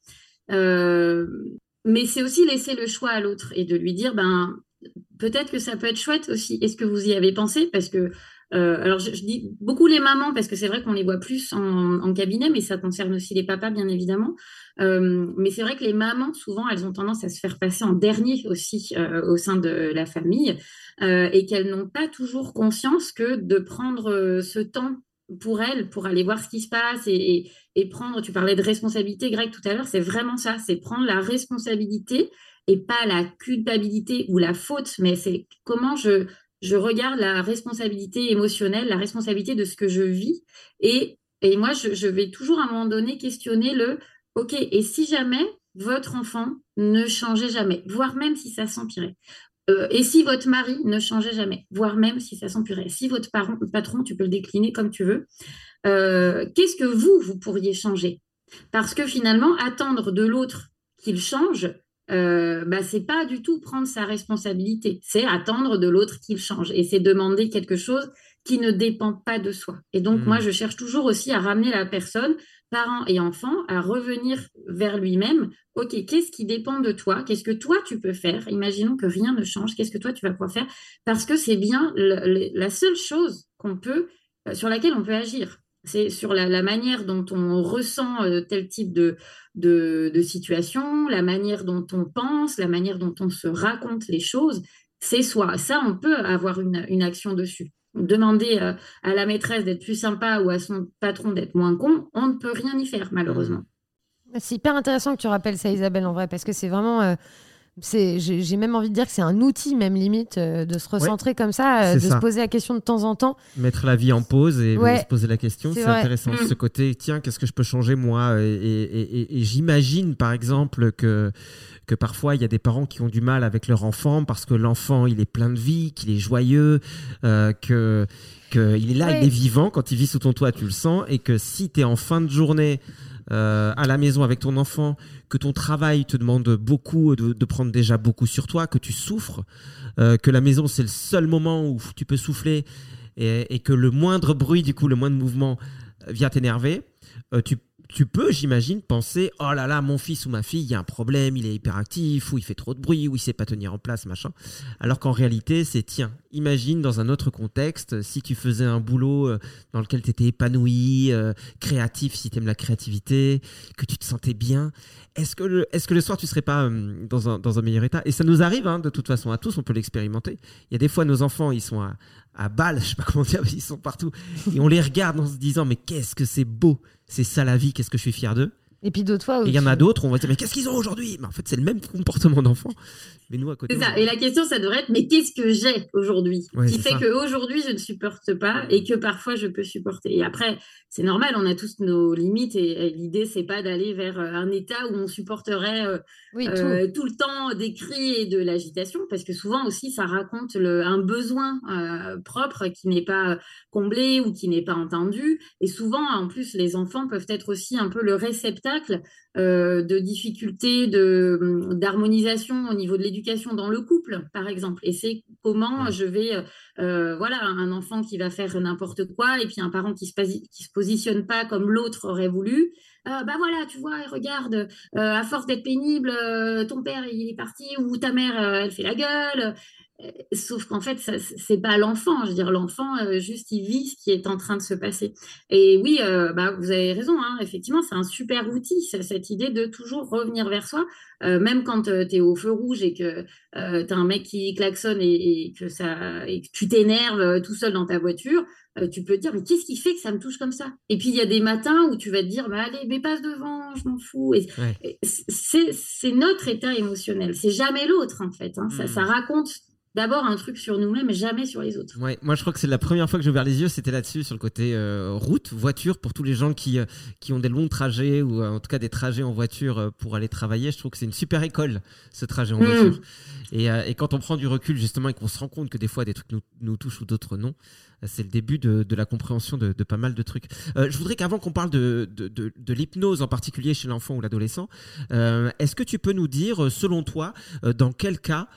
Mais c'est aussi laisser le choix à l'autre et de lui dire, peut-être que ça peut être chouette aussi. Est-ce que vous y avez pensé? Parce que, alors je dis beaucoup les mamans, parce que c'est vrai qu'on les voit plus en cabinet, mais ça concerne aussi les papas, bien évidemment. Mais c'est vrai que les mamans, souvent, elles ont tendance à se faire passer en dernier aussi au sein de la famille, et qu'elles n'ont pas toujours conscience que de prendre ce temps pour elles, pour aller voir ce qui se passe et prendre, tu parlais de responsabilité, Greg, tout à l'heure, c'est vraiment ça, c'est prendre la responsabilité et pas la culpabilité ou la faute, mais c'est comment je regarde la responsabilité émotionnelle, la responsabilité de ce que je vis, et moi, je vais toujours à un moment donné questionner OK, et si jamais votre enfant ne changeait jamais, voire même si ça s'empirait, et si votre mari ne changeait jamais, voire même si ça s'empirait, si votre patron, tu peux le décliner comme tu veux, qu'est-ce que vous pourriez changer? Parce que finalement, attendre de l'autre qu'il change, c'est pas du tout prendre sa responsabilité, c'est attendre de l'autre qu'il change, et c'est demander quelque chose qui ne dépend pas de soi. Et donc, moi, je cherche toujours aussi à ramener la personne, parent et enfant, à revenir vers lui-même. OK, qu'est-ce qui dépend de toi? Qu'est-ce que toi, tu peux faire? Imaginons que rien ne change. Qu'est-ce que toi, tu vas pouvoir faire? Parce que c'est bien la seule chose sur laquelle on peut agir. C'est sur la manière dont on ressent tel type de situation, la manière dont on pense, la manière dont on se raconte les choses. C'est soi. Ça, on peut avoir une action dessus. demander à la maîtresse d'être plus sympa ou à son patron d'être moins con, on ne peut rien y faire, malheureusement. C'est hyper intéressant que tu rappelles ça, Isabelle, en vrai, parce que c'est vraiment... j'ai même envie de dire que c'est un outil, même limite, de se recentrer comme ça, de se poser la question de temps en temps. Mettre la vie en pause et se poser la question, c'est intéressant. Ce côté, tiens, qu'est-ce que je peux changer moi ? Et j'imagine, par exemple, que parfois, il y a des parents qui ont du mal avec leur enfant parce que l'enfant, il est plein de vie, qu'il est joyeux, qu'il est là, il est vivant. Quand il vit sous ton toit, tu le sens. Et que si tu es en fin de journée à la maison avec ton enfant, que ton travail te demande beaucoup, de prendre déjà beaucoup sur toi, que tu souffres, que la maison, c'est le seul moment où tu peux souffler et que le moindre bruit, du coup, le moindre mouvement vient t'énerver, tu peux, j'imagine, penser « Oh là là, mon fils ou ma fille, il y a un problème, il est hyperactif, ou il fait trop de bruit, ou il ne sait pas tenir en place, machin. » Alors qu'en réalité, c'est « Tiens, imagine dans un autre contexte, si tu faisais un boulot dans lequel tu étais épanoui, créatif, si tu aimes la créativité, que tu te sentais bien, est-ce que le soir, tu ne serais pas dans un meilleur état ?» Et ça nous arrive, hein, de toute façon, à tous, on peut l'expérimenter. Il y a des fois, nos enfants, ils sont à Bâle, je ne sais pas comment dire, mais ils sont partout. Et on les regarde en se disant « Mais qu'est-ce que c'est beau !» C'est ça la vie, qu'est-ce que je suis fier d'eux. Et puis d'autres fois... il y en a d'autres, on va dire, mais qu'est-ce qu'ils ont aujourd'hui ? Mais en fait, c'est le même comportement d'enfant. Mais nous, à côté... C'est ça. Et la question, ça devrait être, mais qu'est-ce que j'ai aujourd'hui ? Qui fait qu'aujourd'hui, je ne supporte pas et que parfois, je peux supporter. Et après, c'est normal, on a tous nos limites et l'idée, c'est pas d'aller vers un état où on supporterait tout le temps des cris et de l'agitation, parce que souvent aussi, ça raconte un besoin propre qui n'est pas comblé ou qui n'est pas entendu. Et souvent, en plus, les enfants peuvent être aussi un peu le réceptacle de difficultés d'harmonisation au niveau de l'éducation dans le couple, par exemple. Et c'est comment je vais... un enfant qui va faire n'importe quoi et puis un parent qui se positionne pas comme l'autre aurait voulu. Voilà, tu vois, regarde, à force d'être pénible, ton père, il est parti ou ta mère, elle fait la gueule. Sauf qu'en fait, c'est pas l'enfant. Je veux dire, l'enfant, juste, il vit ce qui est en train de se passer. Et oui, vous avez raison, hein, effectivement, c'est un super outil, cette idée de toujours revenir vers soi, même quand tu es au feu rouge et que tu as un mec qui klaxonne et que tu t'énerves tout seul dans ta voiture, tu peux te dire, mais qu'est-ce qui fait que ça me touche comme ça ? Et puis, il y a des matins où tu vas te dire, allez, mais passe devant, je m'en fous. Et c'est notre état émotionnel, c'est jamais l'autre, en fait. Hein. Ça raconte d'abord un truc sur nous-mêmes, jamais sur les autres. Ouais, moi, je crois que c'est la première fois que j'ai ouvert les yeux, c'était là-dessus, sur le côté route, voiture, pour tous les gens qui ont des longs trajets ou en tout cas des trajets en voiture pour aller travailler. Je trouve que c'est une super école, ce trajet en voiture. Et quand on prend du recul, justement, et qu'on se rend compte que des fois, des trucs nous touchent ou d'autres non, c'est le début de la compréhension de pas mal de trucs. Je voudrais qu'avant qu'on parle de l'hypnose, en particulier chez l'enfant ou l'adolescent, est-ce que tu peux nous dire, selon toi, dans quel cas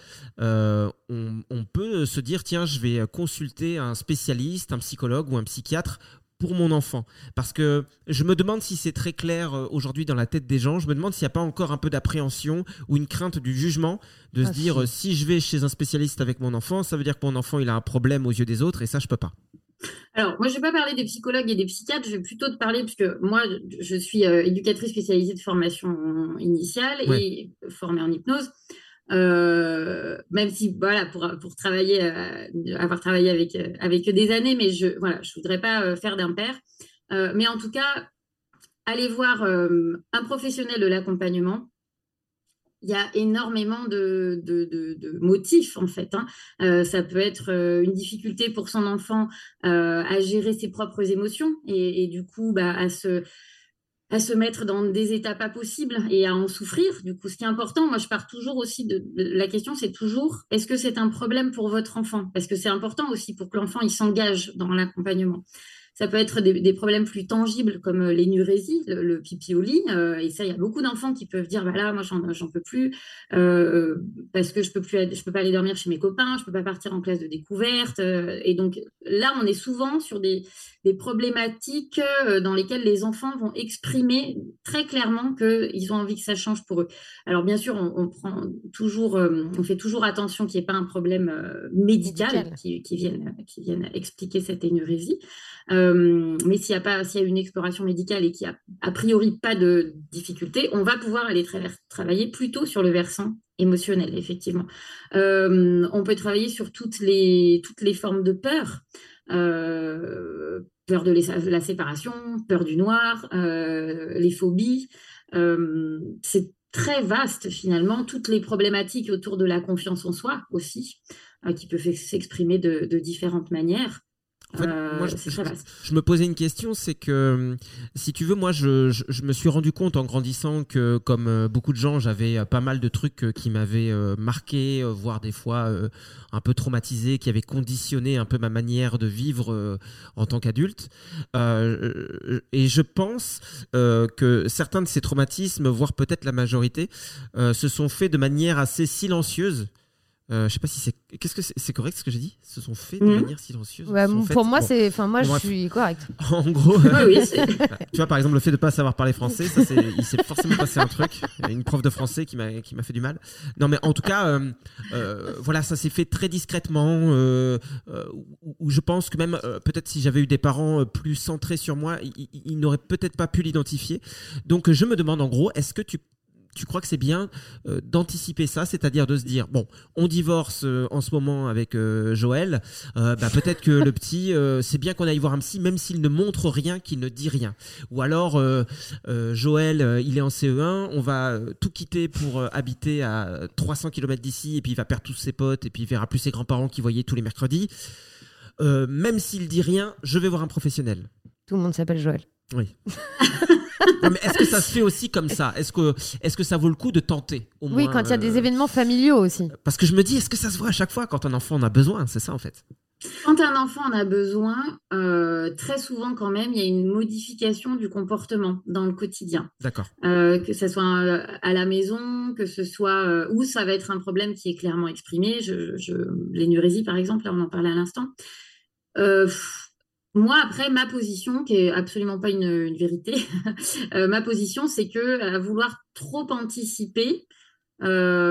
on peut se dire, tiens, je vais consulter un spécialiste, un psychologue ou un psychiatre pour mon enfant, parce que je me demande si c'est très clair aujourd'hui dans la tête des gens. Je me demande s'il n'y a pas encore un peu d'appréhension ou une crainte du jugement de se dire si je vais chez un spécialiste avec mon enfant, ça veut dire que mon enfant il a un problème aux yeux des autres et ça je peux pas. Alors, moi, je ne vais pas parler des psychologues et des psychiatres, je vais plutôt te parler, parce que moi, je suis éducatrice spécialisée de formation initiale et formée en hypnose. Même si, voilà, pour travailler, avoir travaillé avec eux des années, mais je voudrais pas faire d'impair. Mais en tout cas, aller voir un professionnel de l'accompagnement. Il y a énormément de motifs, en fait. Hein. Ça peut être une difficulté pour son enfant à gérer ses propres émotions et du coup, à se mettre dans des états pas possibles et à en souffrir. Du coup, ce qui est important, moi, je pars toujours aussi de la question, c'est toujours, est-ce que c'est un problème pour votre enfant ? Parce que c'est important aussi pour que l'enfant, il s'engage dans l'accompagnement. Ça peut être des problèmes plus tangibles comme l'énurésie, le pipi au lit. Et ça, il y a beaucoup d'enfants qui peuvent dire, là, moi, j'en peux plus parce que je peux pas aller dormir chez mes copains, je peux pas partir en classe de découverte. Et donc là, on est souvent sur des problématiques dans lesquelles les enfants vont exprimer très clairement qu'ils ont envie que ça change pour eux. Alors bien sûr, on fait toujours attention qu'il n'y ait pas un problème médical qui vienne expliquer cette énurésie. Mais s'il y a une exploration médicale et qu'il n'y a a priori pas de difficulté, on va pouvoir aller travailler plutôt sur le versant émotionnel, effectivement. On peut travailler sur toutes les formes de peur. peur de la séparation, peur du noir, les phobies. C'est très vaste finalement, toutes les problématiques autour de la confiance en soi aussi, qui peuvent s'exprimer de différentes manières. En fait, moi, je me posais une question, c'est que, si tu veux, moi, je me suis rendu compte en grandissant que, comme beaucoup de gens, j'avais pas mal de trucs qui m'avaient marqué, voire des fois un peu traumatisé, qui avaient conditionné un peu ma manière de vivre en tant qu'adulte. Et je pense que certains de ces traumatismes, voire peut-être la majorité, se sont faits de manière assez silencieuse. Je sais pas si c'est correct ce que j'ai dit. Se sont faits de manière silencieuse. Ouais, pour moi, je suis correct. En gros, oui, tu vois, par exemple, le fait de pas savoir parler français, il s'est forcément passé un truc. Une prof de français qui m'a fait du mal. Non, mais en tout cas, voilà, ça s'est fait très discrètement. Où je pense que même peut-être si j'avais eu des parents plus centrés sur moi, ils n'auraient peut-être pas pu l'identifier. Donc, je me demande en gros, est-ce que tu crois que c'est bien d'anticiper ça, c'est-à-dire de se dire, bon, on divorce en ce moment avec Joël, peut-être que le petit, c'est bien qu'on aille voir un psy, même s'il ne montre rien, qu'il ne dit rien. Ou alors, Joël, il est en CE1, on va tout quitter pour habiter à 300 km d'ici, et puis il va perdre tous ses potes, et puis il verra plus ses grands-parents qu'il voyait tous les mercredis. Même s'il dit rien, je vais voir un professionnel. Tout le monde s'appelle Joël. Oui. Non, mais est-ce que ça se fait aussi comme ça ? Est-ce que ça vaut le coup de tenter au moins, Oui, quand il y a des événements familiaux aussi. Parce que je me dis, est-ce que ça se voit à chaque fois quand un enfant en a besoin ? C'est ça en fait. Quand un enfant en a besoin, très souvent quand même, il y a une modification du comportement dans le quotidien. D'accord. Que ce soit à la maison, que ce soit où ça va être un problème qui est clairement exprimé. L'énurésie par exemple, là on en parlait à l'instant. Moi, après, ma position, qui est absolument pas une vérité, ma position, c'est que à vouloir trop anticiper, on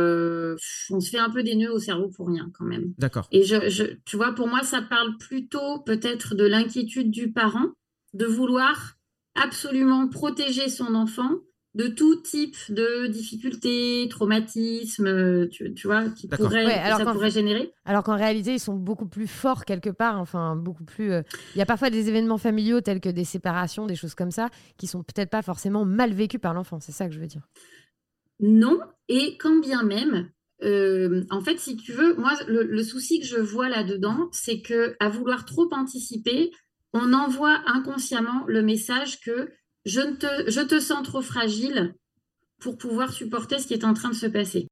se fait un peu des nœuds au cerveau pour rien, quand même. D'accord. Et tu vois, pour moi, ça parle plutôt peut-être de l'inquiétude du parent, de vouloir absolument protéger son enfant de tout type de difficultés, traumatismes, tu vois, que ça pourrait générer. Alors qu'en réalité, ils sont beaucoup plus forts quelque part, enfin beaucoup plus... Il y a parfois des événements familiaux tels que des séparations, des choses comme ça, qui sont peut-être pas forcément mal vécus par l'enfant, c'est ça que je veux dire. Non, et quand bien même, en fait, si tu veux, moi, le souci que je vois là-dedans, c'est qu'à vouloir trop anticiper, on envoie inconsciemment le message que je te sens trop fragile pour pouvoir supporter ce qui est en train de se passer.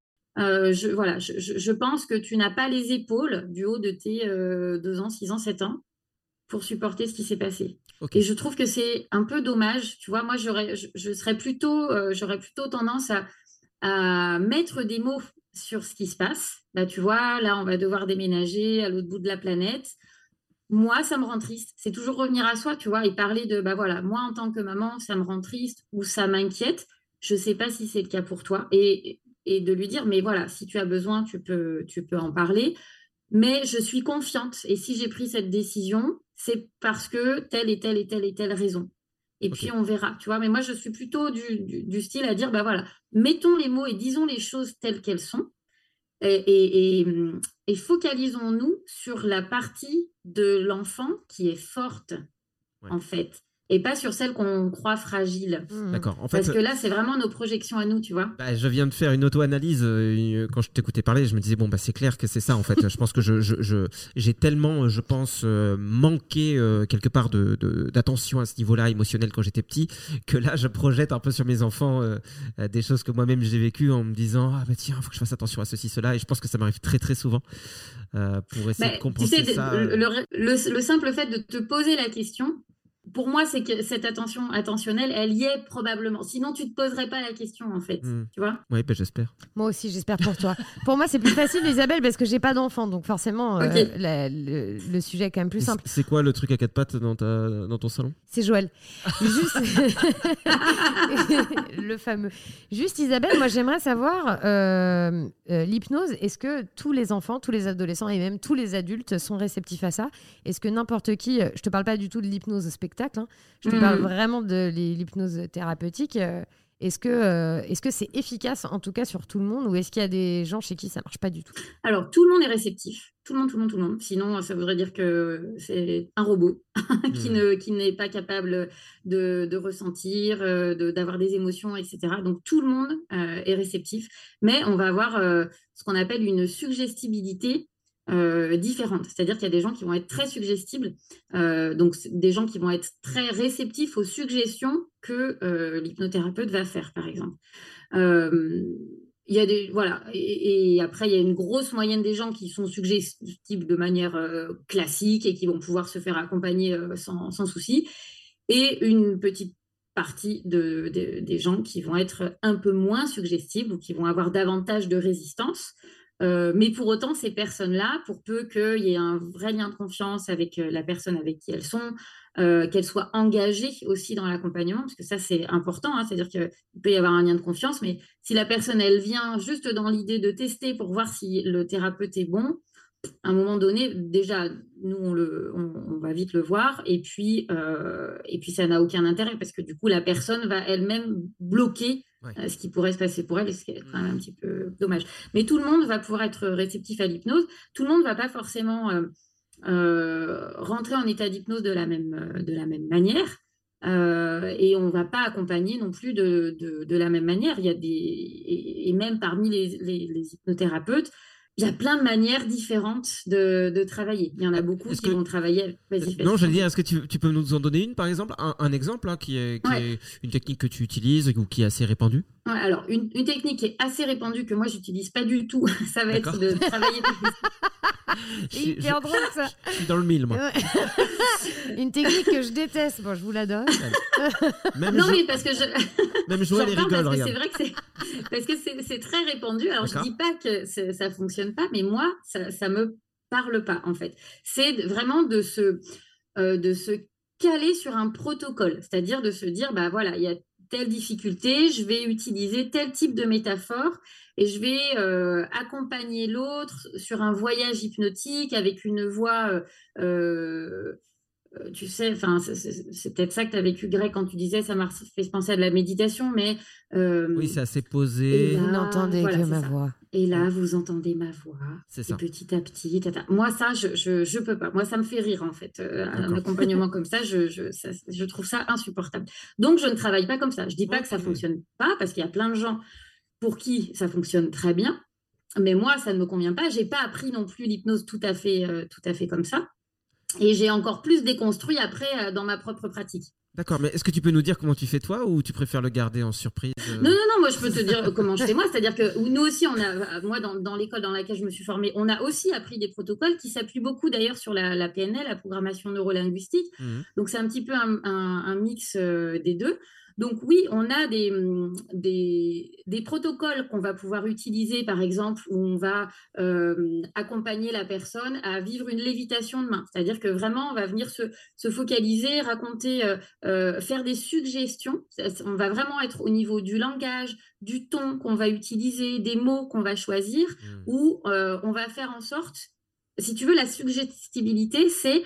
Je pense que tu n'as pas les épaules du haut de tes 2 ans, 6 ans, 7 ans pour supporter ce qui s'est passé. Okay. Et je trouve que c'est un peu dommage. Tu vois, moi, j'aurais plutôt tendance à mettre des mots sur ce qui se passe. Là, tu vois, là, on va devoir déménager à l'autre bout de la planète. Moi, ça me rend triste. C'est toujours revenir à soi, tu vois, et parler de, moi, en tant que maman, ça me rend triste ou ça m'inquiète. Je ne sais pas si c'est le cas pour toi. Et de lui dire, mais voilà, si tu as besoin, tu peux en parler. Mais je suis confiante. Et si j'ai pris cette décision, c'est parce que telle et telle et telle et telle raison. Et puis, on verra, tu vois. Mais moi, je suis plutôt du style à dire, mettons les mots et disons les choses telles qu'elles sont. Et focalisons-nous sur la partie de l'enfant qui est forte, en fait, et pas sur celle qu'on croit fragile. D'accord. En fait, parce que là, c'est vraiment nos projections à nous, tu vois. Je viens de faire une auto-analyse quand je t'écoutais parler. Je me disais, c'est clair que c'est ça, en fait. Je pense que j'ai tellement, je pense, manqué quelque part d'attention à ce niveau-là émotionnel quand j'étais petit, que là, je projette un peu sur mes enfants des choses que moi-même j'ai vécues en me disant, tiens, il faut que je fasse attention à ceci, cela. Et je pense que ça m'arrive très, très souvent pour essayer de compenser ça. Le simple fait de te poser la question, pour moi, c'est que cette attention attentionnelle, elle y est probablement. Sinon, tu ne te poserais pas la question, en fait. Tu vois ? Oui, j'espère. Moi aussi, j'espère pour toi. Pour moi, c'est plus facile, Isabelle, parce que j'ai pas d'enfant. Donc forcément, le sujet est quand même plus simple. C'est quoi le truc à 4 pattes dans ton salon ? C'est Joël. Juste... le fameux. Juste, Isabelle, moi, j'aimerais savoir, l'hypnose, est-ce que tous les enfants, tous les adolescents et même tous les adultes sont réceptifs à ça ? Est-ce que n'importe qui... Je te parle pas du tout de l'hypnose spectacle, je te parle vraiment de l'hypnose thérapeutique. Est-ce que c'est efficace, en tout cas, sur tout le monde, ou est-ce qu'il y a des gens chez qui ça marche pas du tout? Alors, tout le monde est réceptif. Tout le monde, tout le monde, tout le monde. Sinon, ça voudrait dire que c'est un robot qui n'est pas capable de ressentir, d'avoir des émotions, etc. Donc, tout le monde est réceptif. Mais on va avoir ce qu'on appelle une suggestibilité différente. C'est-à-dire qu'il y a des gens qui vont être très suggestibles, donc des gens qui vont être très réceptifs aux suggestions que l'hypnothérapeute va faire, par exemple. Il y a voilà, et après il y a une grosse moyenne des gens qui sont suggestibles de manière classique et qui vont pouvoir se faire accompagner sans souci, et une petite partie des gens qui vont être un peu moins suggestibles ou qui vont avoir davantage de résistance. Mais pour autant, ces personnes-là, pour peu qu'il y ait un vrai lien de confiance avec la personne avec qui elles sont, qu'elles soient engagées aussi dans l'accompagnement, parce que ça, c'est important, hein, c'est-à-dire qu'il peut y avoir un lien de confiance, mais si la personne, elle vient juste dans l'idée de tester pour voir si le thérapeute est bon, à un moment donné, déjà, nous, on va vite le voir, et puis ça n'a aucun intérêt, parce que du coup, la personne va elle-même bloquer ce qui pourrait se passer pour elle, et ce qui est quand même un petit peu dommage. Mais tout le monde va pouvoir être réceptif à l'hypnose. Tout le monde ne va pas forcément rentrer en état d'hypnose de la même manière. Et on ne va pas accompagner non plus de la même manière. Il y a et même parmi les hypnothérapeutes, il y a plein de manières différentes de travailler. Il y en a beaucoup qui vont travailler... Vas-y, non, j'allais dire, est-ce que tu peux nous en donner une, par exemple, un exemple, hein, qui est une technique que tu utilises ou qui est assez répandue? Ouais, alors, une technique qui est assez répandue, que moi, je n'utilise pas du tout, ça va être de travailler... C'est drôle, ça. Je suis dans le mille, moi. Une technique que je déteste, bon, je vous la donne. Mais parce que même Joël, elle rigole, regarde. C'est vrai que parce que c'est très répandu. Alors, je dis pas que ça fonctionne pas, mais moi, ça me parle pas, en fait. C'est vraiment de se caler sur un protocole, c'est-à-dire de se dire, bah voilà, il y a telle difficulté, je vais utiliser tel type de métaphore et je vais accompagner l'autre sur un voyage hypnotique avec une voix, tu sais, c'est peut-être ça que tu as vécu, Greg, quand tu disais, ça m'a fait penser à de la méditation, mais... oui, c'est assez posé. Vous n'entendez que ma voix. Et là, vous entendez ma voix. C'est ça. Et petit à petit, moi, ça, je peux pas. Moi, ça me fait rire, en fait. Un accompagnement comme ça, je trouve ça insupportable. Donc, je ne travaille pas comme ça. Je dis pas que ça fonctionne pas, parce qu'il y a plein de gens pour qui ça fonctionne très bien. Mais moi, ça ne me convient pas. J'ai pas appris non plus l'hypnose tout à fait comme ça. Et j'ai encore plus déconstruit après dans ma propre pratique. D'accord, mais est-ce que tu peux nous dire comment tu fais toi, ou tu préfères le garder en surprise? Non, moi je peux te dire comment je fais moi. C'est-à-dire que nous aussi, moi dans l'école dans laquelle je me suis formée, on a aussi appris des protocoles qui s'appuient beaucoup d'ailleurs sur la PNL, la programmation neurolinguistique. Donc c'est un petit peu un mix des deux. Donc oui, on a des protocoles qu'on va pouvoir utiliser, par exemple, où on va accompagner la personne à vivre une lévitation de main. C'est-à-dire que vraiment, on va venir se focaliser, raconter, faire des suggestions. On va vraiment être au niveau du langage, du ton qu'on va utiliser, des mots qu'on va choisir, où on va faire en sorte, si tu veux, la suggestibilité, c'est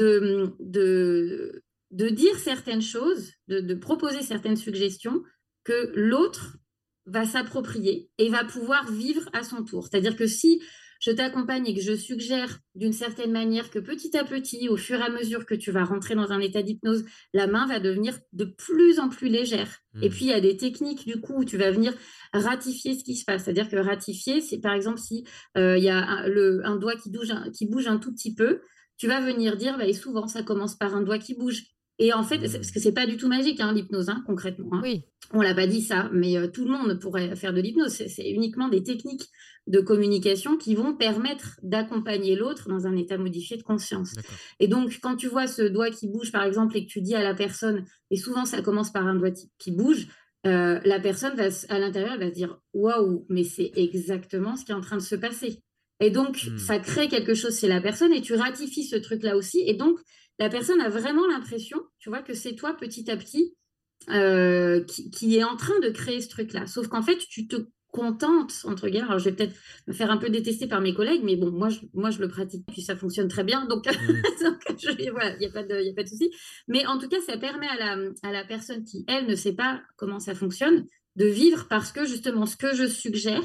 de dire certaines choses, de proposer certaines suggestions que l'autre va s'approprier et va pouvoir vivre à son tour. C'est-à-dire que si je t'accompagne et que je suggère d'une certaine manière que petit à petit, au fur et à mesure que tu vas rentrer dans un état d'hypnose, la main va devenir de plus en plus légère. Et puis, il y a des techniques, du coup, où tu vas venir ratifier ce qui se passe. C'est-à-dire que ratifier, c'est par exemple si il y a un doigt qui bouge un tout petit peu, tu vas venir dire, et souvent, ça commence par un doigt qui bouge. Et en fait, parce que c'est pas du tout magique, hein, l'hypnose, hein, concrètement. Hein. Oui. On l'a pas dit ça, mais tout le monde pourrait faire de l'hypnose. C'est uniquement des techniques de communication qui vont permettre d'accompagner l'autre dans un état modifié de conscience. D'accord. Et donc, quand tu vois ce doigt qui bouge, par exemple, et que tu dis à la personne, et souvent ça commence par un doigt qui bouge, la personne à l'intérieur, elle va se dire « Waouh, mais c'est exactement ce qui est en train de se passer ». Et donc, ça crée quelque chose chez la personne et tu ratifies ce truc-là aussi. Et donc, la personne a vraiment l'impression, tu vois, que c'est toi, petit à petit, qui est en train de créer ce truc-là. Sauf qu'en fait, tu te contentes, entre guillemets. Alors, je vais peut-être me faire un peu détester par mes collègues, mais bon, moi, je le pratique, puis ça fonctionne très bien. Donc, voilà, il n'y a pas de souci. Mais en tout cas, ça permet à la personne qui, elle, ne sait pas comment ça fonctionne, de vivre parce que justement, ce que je suggère,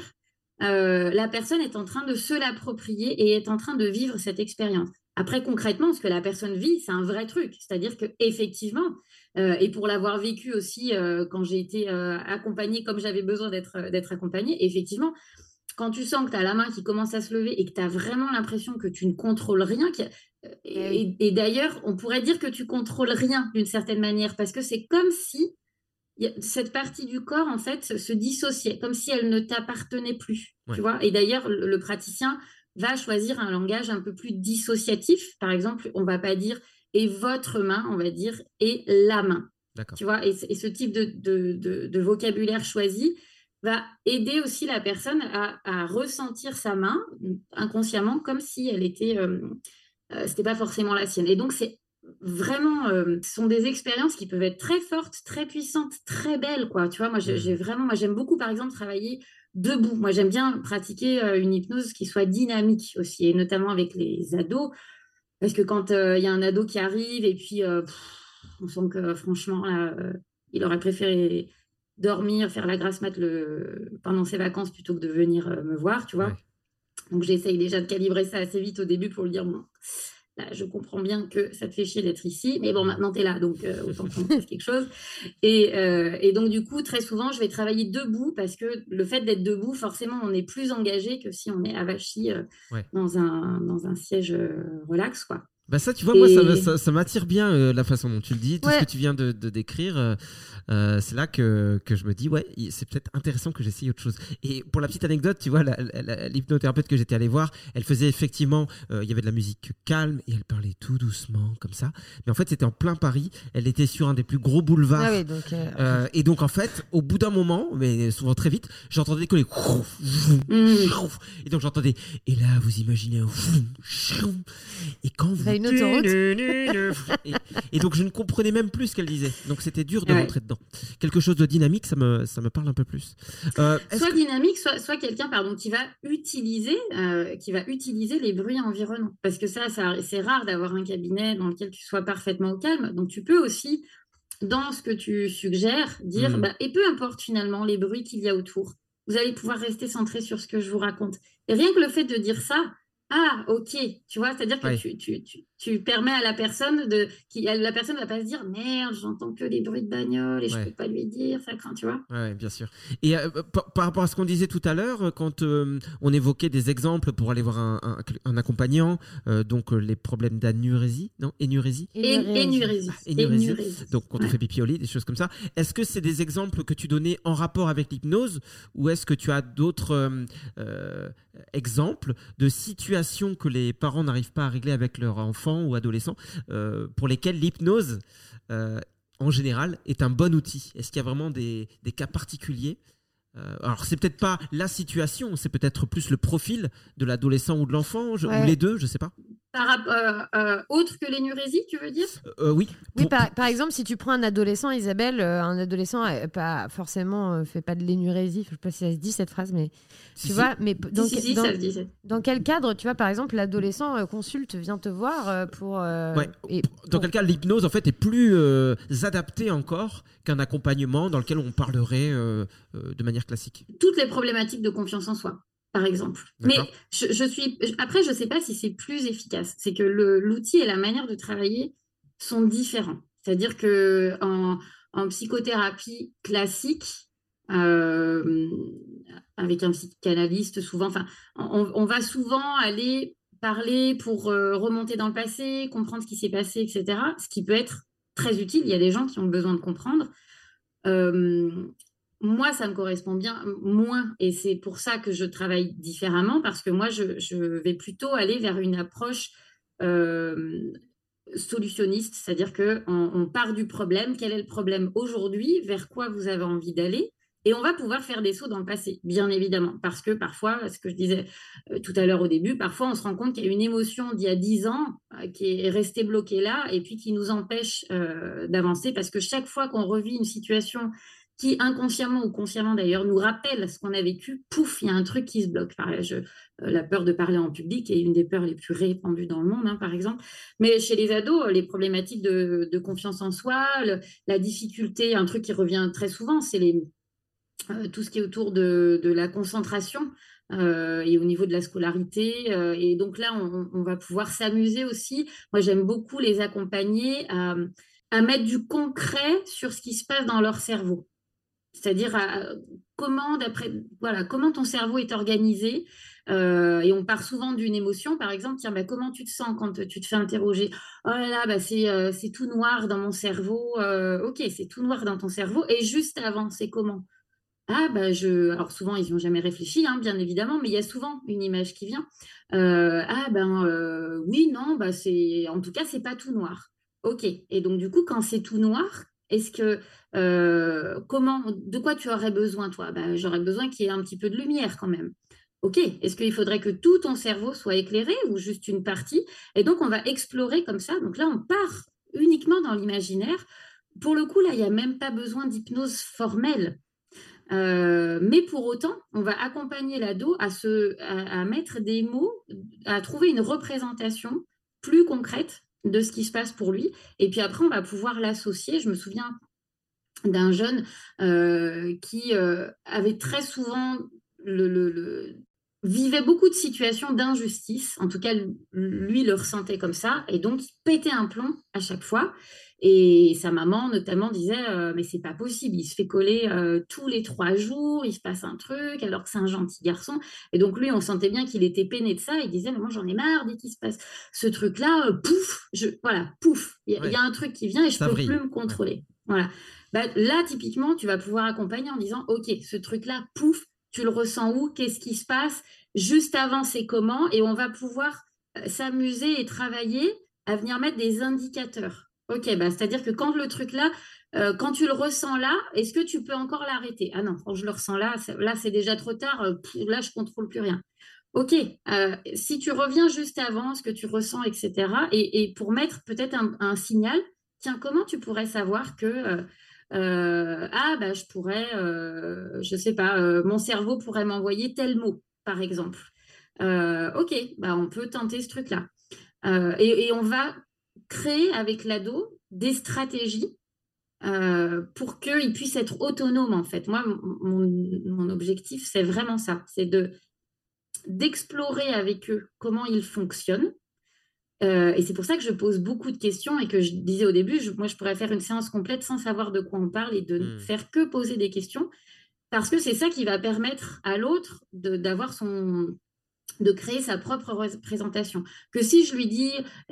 la personne est en train de se l'approprier et est en train de vivre cette expérience. Après, concrètement, ce que la personne vit, c'est un vrai truc. C'est-à-dire qu'effectivement, et pour l'avoir vécu aussi quand j'ai été accompagnée comme j'avais besoin d'être accompagnée, effectivement, quand tu sens que tu as la main qui commence à se lever et que tu as vraiment l'impression que tu ne contrôles rien, et d'ailleurs, on pourrait dire que tu contrôles rien d'une certaine manière, parce que c'est comme si cette partie du corps, en fait, se dissociait, comme si elle ne t'appartenait plus, tu vois. Et d'ailleurs, le praticien va choisir un langage un peu plus dissociatif. Par exemple, on ne va pas dire « et votre main », on va dire « et la main ». Tu vois, et ce type de vocabulaire choisi va aider aussi la personne à ressentir sa main inconsciemment comme si elle était, c'était pas forcément la sienne. Et donc c'est vraiment, ce sont des expériences qui peuvent être très fortes, très puissantes, très belles, quoi. Tu vois, moi j'aime beaucoup par exemple travailler debout. Moi j'aime bien pratiquer une hypnose qui soit dynamique aussi, et notamment avec les ados, parce que quand il y a un ado qui arrive et puis on sent que franchement là, il aurait préféré dormir, faire la grasse mat pendant ses vacances plutôt que de venir me voir, tu vois. Ouais. Donc, j'essaye déjà de calibrer ça assez vite au début pour lui dire, bon, là, je comprends bien que ça te fait chier d'être ici, mais bon, maintenant, tu es là, donc autant qu'on fasse quelque chose. Et donc, du coup, très souvent, je vais travailler debout parce que le fait d'être debout, forcément, on est plus engagé que si on est avachi dans un siège relax, quoi. Bah ça, tu vois, moi, ça m'attire bien la façon dont tu le dis, tout ce que tu viens de décrire. C'est là que je me dis, ouais, c'est peut-être intéressant que j'essaye autre chose. Et pour la petite anecdote, tu vois, l'hypnothérapeute que j'étais allé voir, elle faisait effectivement, il y avait de la musique calme et elle parlait tout doucement, comme ça. Mais en fait, c'était en plein Paris. Elle était sur un des plus gros boulevards. Ah oui, donc, et donc, en fait, au bout d'un moment, mais souvent très vite, j'entendais que les... Et donc, j'entendais, et là, vous imaginez un... Et quand vous... une autoroute. et donc je ne comprenais même plus ce qu'elle disait. Donc c'était dur de rentrer dedans. Quelque chose de dynamique, ça me parle un peu plus. Soit dynamique, soit quelqu'un qui va utiliser les bruits environnants. Parce que ça c'est rare d'avoir un cabinet dans lequel tu sois parfaitement au calme. Donc tu peux aussi, dans ce que tu suggères, dire et peu importe finalement les bruits qu'il y a autour, vous allez pouvoir rester centré sur ce que je vous raconte. Et rien que le fait de dire ça, ah, ok, tu vois, c'est-à-dire que tu permets à la personne la personne ne va pas se dire merde, j'entends que des bruits de bagnole et je peux pas lui dire, ça craint, tu vois. Ouais, bien sûr. Et par rapport à ce qu'on disait tout à l'heure, quand on évoquait des exemples pour aller voir un accompagnant, donc les problèmes d'énurésie. Donc quand on fait pipi au lit, des choses comme ça. Est-ce que c'est des exemples que tu donnais en rapport avec l'hypnose ou est-ce que tu as d'autres exemples de situations que les parents n'arrivent pas à régler avec leur enfant ou adolescent pour lesquels l'hypnose en général est un bon outil? Est-ce qu'il y a vraiment des cas particuliers? Alors c'est peut-être pas la situation, c'est peut-être plus le profil de l'adolescent ou de l'enfant, ou les deux, je sais pas. Autre que l'énurésie, tu veux dire? Oui. Oui, par exemple, si tu prends un adolescent, Isabelle, un adolescent pas forcément fait pas de l'énurésie. Je sais pas si ça se dit cette phrase, mais tu vois. Mais dans quel cadre, tu vois, par exemple, l'adolescent vient te voir pour. Dans quel cas l'hypnose en fait est plus adaptée encore qu'un accompagnement dans lequel on parlerait de manière classique. Toutes les problématiques de confiance en soi. Par exemple. D'accord. Mais après, je ne sais pas si c'est plus efficace. C'est que l'outil et la manière de travailler sont différents. C'est-à-dire qu'en psychothérapie classique, avec un psychanalyste, souvent, on va souvent aller parler pour remonter dans le passé, comprendre ce qui s'est passé, etc. Ce qui peut être très utile. Il y a des gens qui ont besoin de comprendre. Moi, ça me correspond bien moins et c'est pour ça que je travaille différemment parce que moi, je vais plutôt aller vers une approche solutionniste, c'est-à-dire qu'on part du problème, quel est le problème aujourd'hui, vers quoi vous avez envie d'aller et on va pouvoir faire des sauts dans le passé, bien évidemment, parce que parfois, ce que je disais tout à l'heure au début, parfois on se rend compte qu'il y a une émotion d'il y a 10 ans qui est restée bloquée là et puis qui nous empêche d'avancer parce que chaque fois qu'on revit une situation qui inconsciemment ou consciemment d'ailleurs nous rappelle ce qu'on a vécu, pouf, il y a un truc qui se bloque. La peur de parler en public est une des peurs les plus répandues dans le monde, par exemple. Mais chez les ados, les problématiques de confiance en soi, la difficulté, un truc qui revient très souvent, c'est tout ce qui est autour de la concentration et au niveau de la scolarité. Et donc là, on va pouvoir s'amuser aussi. Moi, j'aime beaucoup les accompagner à mettre du concret sur ce qui se passe dans leur cerveau. C'est-à-dire comment ton cerveau est organisé. Et on part souvent d'une émotion, par exemple, tiens, comment tu te sens quand tu te fais interroger? Oh là là, c'est tout noir dans mon cerveau. Ok, c'est tout noir dans ton cerveau. Et juste avant, c'est comment? Ah, alors souvent, ils n'y ont jamais réfléchi, hein, bien évidemment, mais il y a souvent une image qui vient. Oui, non, en tout cas, c'est pas tout noir. Ok. Et donc, du coup, quand c'est tout noir, est-ce que, de quoi tu aurais besoin, toi? J'aurais besoin qu'il y ait un petit peu de lumière quand même. Ok. Est-ce qu'il faudrait que tout ton cerveau soit éclairé ou juste une partie? Et donc, on va explorer comme ça. Donc là, on part uniquement dans l'imaginaire. Pour le coup, là, il n'y a même pas besoin d'hypnose formelle. Mais pour autant, on va accompagner l'ado à mettre des mots, à trouver une représentation plus concrète de ce qui se passe pour lui. Et puis après, on va pouvoir l'associer. Je me souviens d'un jeune qui avait très souvent vivait beaucoup de situations d'injustice. En tout cas, lui le ressentait comme ça. Et donc, il pétait un plomb à chaque fois. Et sa maman, notamment, disait mais c'est pas possible, il se fait coller tous les 3 jours, il se passe un truc, alors que c'est un gentil garçon. Et donc, lui, on sentait bien qu'il était peiné de ça. Il disait mais moi, j'en ai marre dès qu'il se passe ce truc-là, pouf, pouf, il y a un truc qui vient et je peux plus me contrôler. Voilà. Là, typiquement, tu vas pouvoir accompagner en disant ok, ce truc-là, pouf, tu le ressens où? Qu'est-ce qui se passe? Juste avant, c'est comment? Et on va pouvoir s'amuser et travailler à venir mettre des indicateurs. Ok, c'est-à-dire que quand le truc là, quand tu le ressens là, est-ce que tu peux encore l'arrêter? Ah non, quand je le ressens là, c'est déjà trop tard, là, je contrôle plus rien. Ok, si tu reviens juste avant, ce que tu ressens, etc., et pour mettre peut-être un signal, tiens, comment tu pourrais savoir que je pourrais, je sais pas, mon cerveau pourrait m'envoyer tel mot, par exemple. Ok, on peut tenter ce truc-là. Et on va créer avec l'ado des stratégies pour qu'il puisse être autonome, en fait. Moi, mon objectif, c'est vraiment ça, c'est d'explorer avec eux comment ils fonctionnent. Et c'est pour ça que je pose beaucoup de questions et que je disais au début, moi, je pourrais faire une séance complète sans savoir de quoi on parle et de ne faire que poser des questions, parce que c'est ça qui va permettre à l'autre de créer sa propre représentation. Que si je lui dis,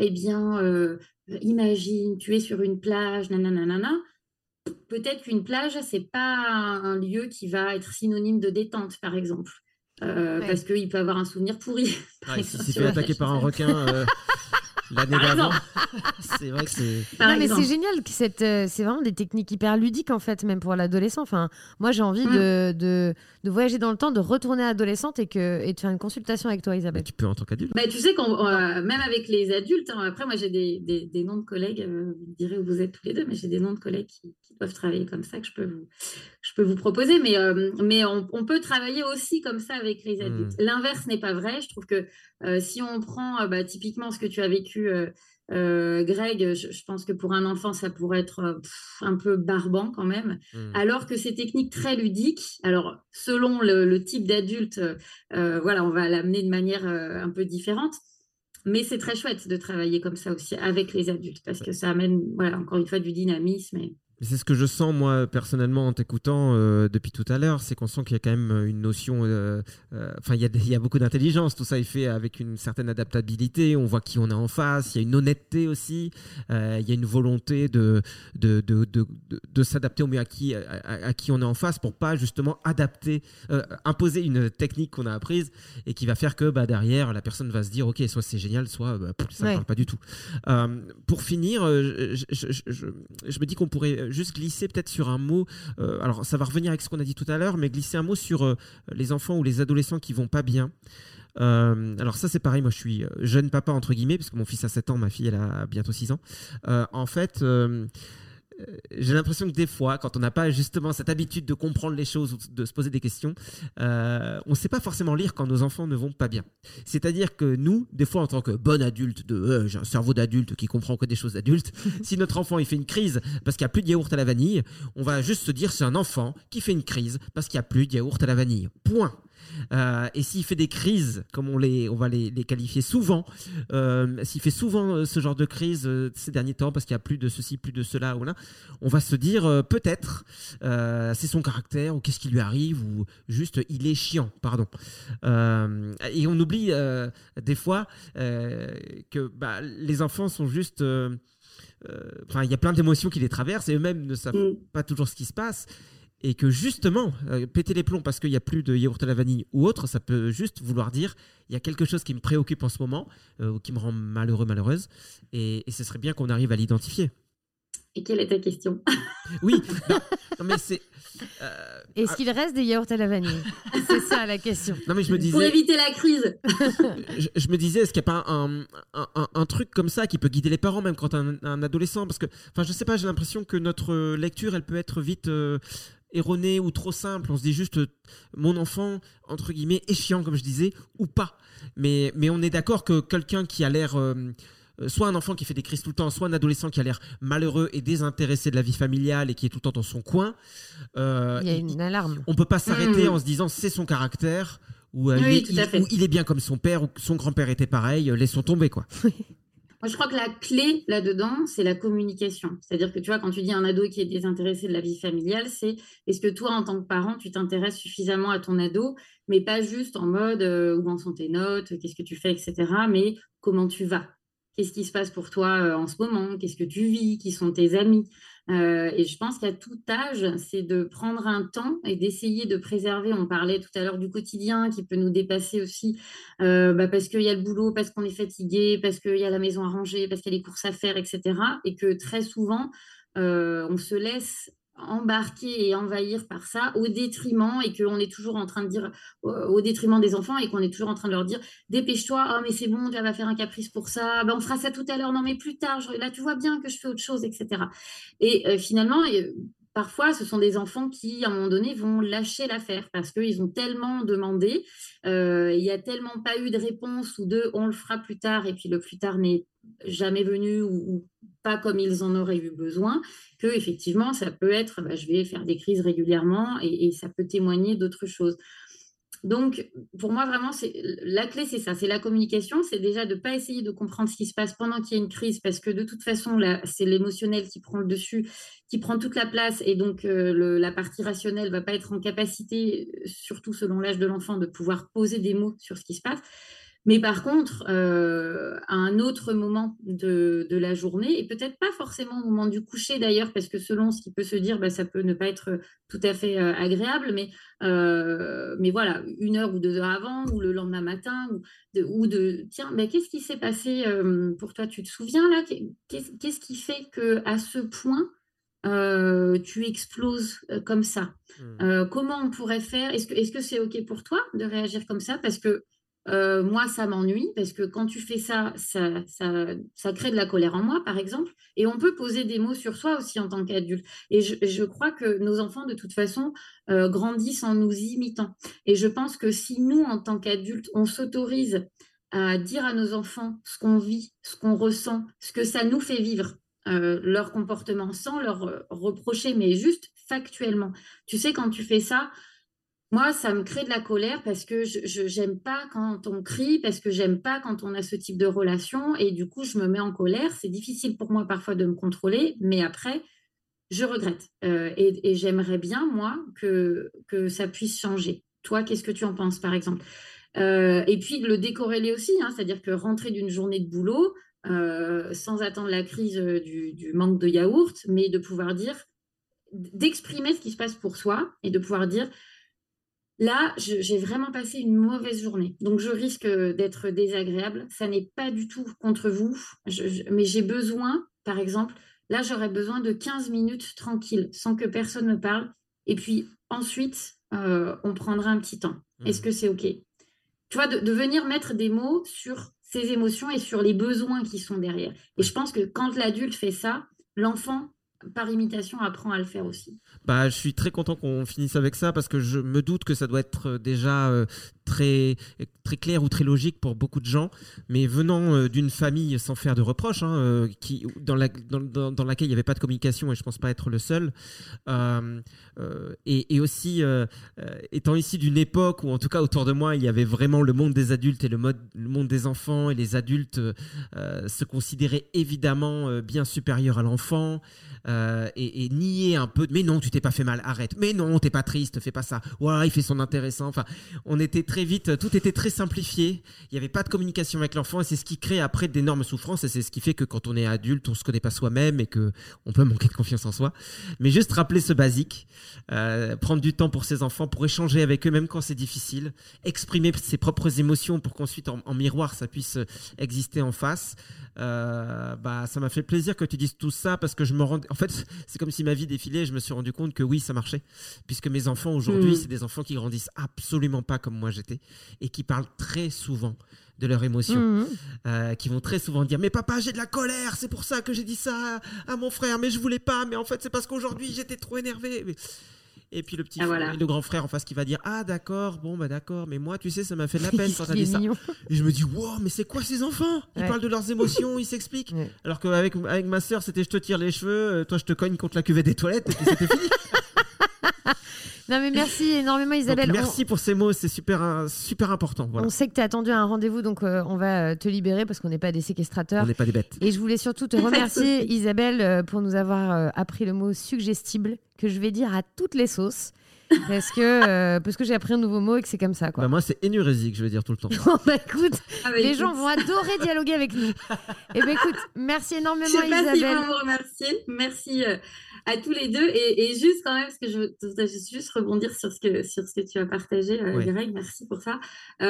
imagine, tu es sur une plage, nanana, peut-être qu'une plage, c'est pas un lieu qui va être synonyme de détente, par exemple. Parce qu'il peut avoir un souvenir pourri. Si s'est fait attaquer par un requin l'année d'avant. C'est vrai que c'est... Non, mais c'est génial. C'est vraiment des techniques hyper ludiques, en fait, même pour l'adolescent. Enfin, moi, j'ai envie de voyager dans le temps, de retourner adolescente et de faire une consultation avec toi, Isabelle. Mais tu peux en tant qu'adulte. Tu sais, même avec les adultes, hein, après, moi, j'ai des noms de collègues, vous direz où vous êtes tous les deux, mais j'ai des noms de collègues qui peuvent travailler comme ça, que je peux vous proposer. Mais on peut travailler aussi comme ça avec les adultes. L'inverse n'est pas vrai. Je trouve que si on prend typiquement ce que tu as vécu, Greg, je pense que pour un enfant, ça pourrait être un peu barbant quand même. Alors que ces techniques très ludiques, alors selon le type d'adulte, on va l'amener de manière un peu différente. Mais c'est très chouette de travailler comme ça aussi avec les adultes parce que ça amène, encore une fois, du dynamisme. C'est ce que je sens, moi, personnellement, en t'écoutant depuis tout à l'heure, c'est qu'on sent qu'il y a quand même une notion... il y a beaucoup d'intelligence, tout ça est fait avec une certaine adaptabilité, on voit qui on est en face, il y a une honnêteté aussi, il y a une volonté de s'adapter au mieux à qui on est en face pour pas justement imposer une technique qu'on a apprise et qui va faire que derrière, la personne va se dire, ok, soit c'est génial, soit ça ne parle pas du tout. Pour finir, je me dis qu'on pourrait juste glisser peut-être sur un mot, alors ça va revenir avec ce qu'on a dit tout à l'heure, mais glisser un mot sur les enfants ou les adolescents qui vont pas bien. Alors ça c'est pareil, moi je suis jeune papa entre guillemets, parce que mon fils a 7 ans, ma fille elle a bientôt 6 ans. En fait, j'ai l'impression que des fois, quand on n'a pas justement cette habitude de comprendre les choses ou de se poser des questions, on ne sait pas forcément lire quand nos enfants ne vont pas bien. C'est-à-dire que nous, des fois, en tant que bon adulte, j'ai un cerveau d'adulte qui comprend que des choses d'adultes, si notre enfant il fait une crise parce qu'il n'y a plus de yaourt à la vanille, on va juste se dire c'est un enfant qui fait une crise parce qu'il n'y a plus de yaourt à la vanille. Point. Et s'il fait des crises, comme on va les qualifier souvent, s'il fait souvent ce genre de crise ces derniers temps parce qu'il n'y a plus de ceci, plus de cela, ou là, on va se dire peut-être c'est son caractère ou qu'est-ce qui lui arrive ou juste il est chiant, pardon. Et on oublie des fois que les enfants sont juste... il y a plein d'émotions qui les traversent et eux-mêmes ne savent pas toujours ce qui se passe. Et que justement, péter les plombs parce qu'il n'y a plus de yaourt à la vanille ou autre, ça peut juste vouloir dire il y a quelque chose qui me préoccupe en ce moment ou qui me rend malheureux, malheureuse. Et ce serait bien qu'on arrive à l'identifier. Et quelle est ta question? Oui, non, mais c'est... Est-ce qu'il reste des yaourts à la vanille? C'est ça la question. Non, mais je me disais... Pour éviter la crise. je me disais, est-ce qu'il n'y a pas un truc comme ça qui peut guider les parents, même quand un adolescent? Parce que, je sais pas, j'ai l'impression que notre lecture, elle peut être vite... erroné ou trop simple, on se dit juste mon enfant entre guillemets est chiant comme je disais ou pas, mais on est d'accord que quelqu'un qui a l'air soit un enfant qui fait des crises tout le temps, soit un adolescent qui a l'air malheureux et désintéressé de la vie familiale et qui est tout le temps dans son coin, il y a une alarme. On peut pas s'arrêter en se disant c'est son caractère ou il est bien comme son père ou son grand-père était pareil, laissons tomber quoi. Moi, je crois que la clé là-dedans, c'est la communication. C'est-à-dire que tu vois, quand tu dis un ado qui est désintéressé de la vie familiale, c'est est-ce que toi, en tant que parent, tu t'intéresses suffisamment à ton ado, mais pas juste en mode où en sont tes notes, qu'est-ce que tu fais, etc., mais comment tu vas? Qu'est-ce qui se passe pour toi en ce moment? Qu'est-ce que tu vis? Qui sont tes amis? Et je pense qu'à tout âge, c'est de prendre un temps et d'essayer de préserver. On parlait tout à l'heure du quotidien qui peut nous dépasser aussi parce qu'il y a le boulot, parce qu'on est fatigué, parce qu'il y a la maison à ranger, parce qu'il y a les courses à faire, etc. Et que très souvent, on se laisse embarquer et envahir par ça au détriment et qu'on est toujours en train de dire au détriment des enfants et qu'on est toujours en train de leur dire dépêche-toi, oh mais c'est bon, tu vas faire un caprice pour ça, on fera ça tout à l'heure, non mais plus tard, là tu vois bien que je fais autre chose, etc. Et finalement parfois, ce sont des enfants qui, à un moment donné, vont lâcher l'affaire parce qu'ils ont tellement demandé, il n'y a tellement pas eu de réponse ou de « on le fera plus tard » et puis le plus tard n'est jamais venu ou pas comme ils en auraient eu besoin, que effectivement, ça peut être « je vais faire des crises régulièrement » et ça peut témoigner d'autres choses. Donc, pour moi, vraiment, la clé, c'est ça, c'est la communication. C'est déjà de ne pas essayer de comprendre ce qui se passe pendant qu'il y a une crise, parce que de toute façon, là, c'est l'émotionnel qui prend le dessus, qui prend toute la place, et donc la partie rationnelle ne va pas être en capacité, surtout selon l'âge de l'enfant, de pouvoir poser des mots sur ce qui se passe. Mais par contre, à un autre moment de la journée, et peut-être pas forcément au moment du coucher d'ailleurs, parce que selon ce qui peut se dire, ça peut ne pas être tout à fait agréable, mais voilà, 1 heure ou 2 heures avant, ou le lendemain matin, tiens, qu'est-ce qui s'est passé pour toi? Tu te souviens là? Qu'est-ce qui fait qu'à ce point, tu exploses comme ça? Comment on pourrait faire? Est-ce que c'est OK pour toi de réagir comme ça? Parce que moi, ça m'ennuie parce que quand tu fais ça crée de la colère en moi, par exemple, et on peut poser des mots sur soi aussi en tant qu'adulte. Et je crois que nos enfants, de toute façon, grandissent en nous imitant. Et je pense que si nous, en tant qu'adultes, on s'autorise à dire à nos enfants ce qu'on vit, ce qu'on ressent, ce que ça nous fait vivre, leur comportement, sans leur reprocher, mais juste factuellement. Tu sais, quand tu fais ça, moi, ça me crée de la colère parce que je n'aime pas quand on crie, parce que j'aime pas quand on a ce type de relation et du coup, je me mets en colère. C'est difficile pour moi parfois de me contrôler, mais après, je regrette. Et j'aimerais bien, moi, que ça puisse changer. Toi, qu'est-ce que tu en penses, par exemple? Et puis, le décorréler aussi, c'est-à-dire que rentrer d'une journée de boulot sans attendre la crise du manque de yaourt, mais de pouvoir dire, d'exprimer ce qui se passe pour soi et de pouvoir dire... Là, j'ai vraiment passé une mauvaise journée, donc je risque d'être désagréable. Ça n'est pas du tout contre vous, mais j'ai besoin, par exemple, là, j'aurais besoin de 15 minutes tranquille, sans que personne me parle. Et puis ensuite, on prendra un petit temps. Est-ce que c'est OK? Tu vois, de venir mettre des mots sur ses émotions et sur les besoins qui sont derrière. Et je pense que quand l'adulte fait ça, l'enfant par imitation, apprend à le faire aussi. Je suis très content qu'on finisse avec ça parce que je me doute que ça doit être déjà très, très clair ou très logique pour beaucoup de gens, mais venant d'une famille sans faire de reproches, dans laquelle il n'y avait pas de communication, et je ne pense pas être le seul, et aussi étant ici d'une époque où en tout cas autour de moi il y avait vraiment le monde des adultes et le monde des enfants, et les adultes se considéraient évidemment bien supérieurs à l'enfant, et nier un peu, mais non, tu t'es pas fait mal, arrête, mais non, t'es pas triste, fais pas ça, ouais, il fait son intéressant. Enfin, on était très vite, tout était très simplifié, il n'y avait pas de communication avec l'enfant, et c'est ce qui crée après d'énormes souffrances, et c'est ce qui fait que quand on est adulte, on se connaît pas soi-même et qu'on peut manquer de confiance en soi. Mais juste rappeler ce basique, prendre du temps pour ses enfants, pour échanger avec eux même quand c'est difficile, exprimer ses propres émotions pour qu'ensuite en miroir ça puisse exister en face. Ça m'a fait plaisir que tu dises tout ça, parce que en fait, c'est comme si ma vie défilait et je me suis rendu compte que oui, ça marchait. Puisque mes enfants aujourd'hui, c'est des enfants qui grandissent absolument pas comme moi j'étais et qui parlent très souvent de leurs émotions, qui vont très souvent dire « Mais papa, j'ai de la colère, c'est pour ça que j'ai dit ça à mon frère, mais je voulais pas, mais en fait, c'est parce qu'aujourd'hui, j'étais trop énervé. » Et puis le le grand frère en face qui va dire « Ah d'accord, d'accord, mais moi tu sais ça m'a fait de la peine quand t'as dit ça. » Et je me dis « Wow, mais c'est quoi ces enfants ? Ils parlent de leurs émotions, ils s'expliquent. » Alors qu'avec ma sœur c'était « Je te tire les cheveux, toi je te cogne contre la cuvette des toilettes et puis c'était fini. » Non mais merci énormément Isabelle. Donc, merci pour ces mots, c'est super, super important. Voilà. On sait que tu as attendu un rendez-vous, donc on va te libérer parce qu'on n'est pas des séquestrateurs. On n'est pas des bêtes. Et je voulais surtout te remercier Isabelle pour nous avoir appris le mot suggestible, que je vais dire à toutes les sauces. Parce que j'ai appris un nouveau mot et que c'est comme ça, quoi. Moi c'est énurésie que je vais dire tout le temps. Écoute, les gens vont adorer dialoguer avec nous. Écoute, merci énormément Isabelle. Je sais pas si vous remercier. Merci à tous les deux, et juste quand même, parce que je voudrais juste rebondir sur ce que tu as partagé, Greg, merci pour ça.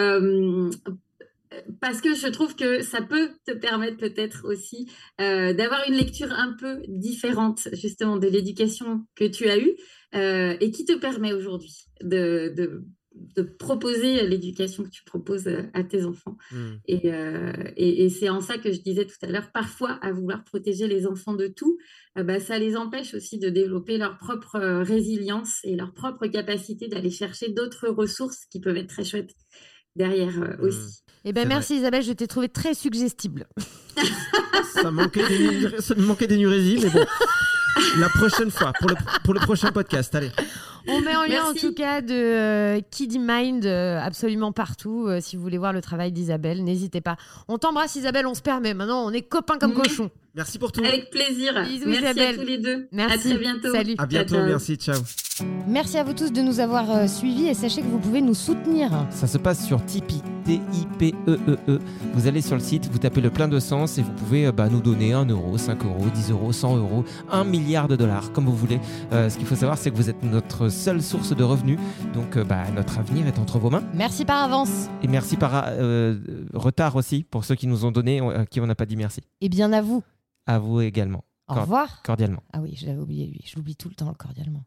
Parce que je trouve que ça peut te permettre peut-être aussi d'avoir une lecture un peu différente justement de l'éducation que tu as eue, et qui te permet aujourd'hui de proposer l'éducation que tu proposes à tes enfants. Et c'est en ça que je disais tout à l'heure, parfois à vouloir protéger les enfants de tout, ça les empêche aussi de développer leur propre résilience et leur propre capacité d'aller chercher d'autres ressources qui peuvent être très chouettes derrière aussi. Merci Isabelle, je t'ai trouvé très suggestible. Ça me manquait d'énurésie, mais bon. La prochaine fois, pour le prochain podcast, allez. On met en lien en tout cas de Kiddy Mind absolument partout. Si vous voulez voir le travail d'Isabelle, n'hésitez pas. On t'embrasse Isabelle, on se permet. Maintenant, on est copains comme cochons. Merci pour tout. Avec plaisir. Bisous, merci Isabelle. à tous les deux. Merci. À très bientôt. Salut. À bientôt, merci, ciao. Merci à vous tous de nous avoir suivis et sachez que vous pouvez nous soutenir. Ça se passe sur Tipeee, T-I-P-E-E-E. Vous allez sur le site, vous tapez le plein de sens et vous pouvez nous donner 1 euro, 5 euros, 10 euros, 100 euros, 1 milliard de dollars, comme vous voulez. Ce qu'il faut savoir, c'est que vous êtes notre seule source de revenus. Donc, notre avenir est entre vos mains. Merci par avance. Et merci par retard aussi pour ceux qui nous ont donné, à qui on n'a pas dit merci. Et bien à vous. À vous également. Au revoir. Cordialement. Ah oui, je l'avais oublié lui. Je l'oublie tout le temps, cordialement.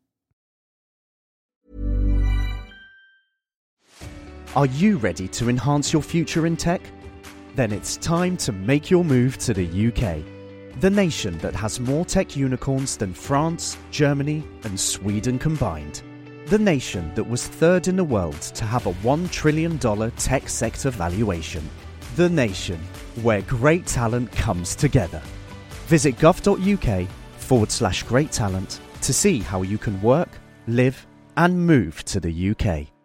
Are you ready to enhance your future in tech? Then it's time to make your move to the UK, the nation that has more tech unicorns than France, Germany, and Sweden combined. The nation that was third in the world to have a $1 trillion tech sector valuation. The nation where great talent comes together. Visit gov.uk/great talent to see how you can work, live, and move to the UK.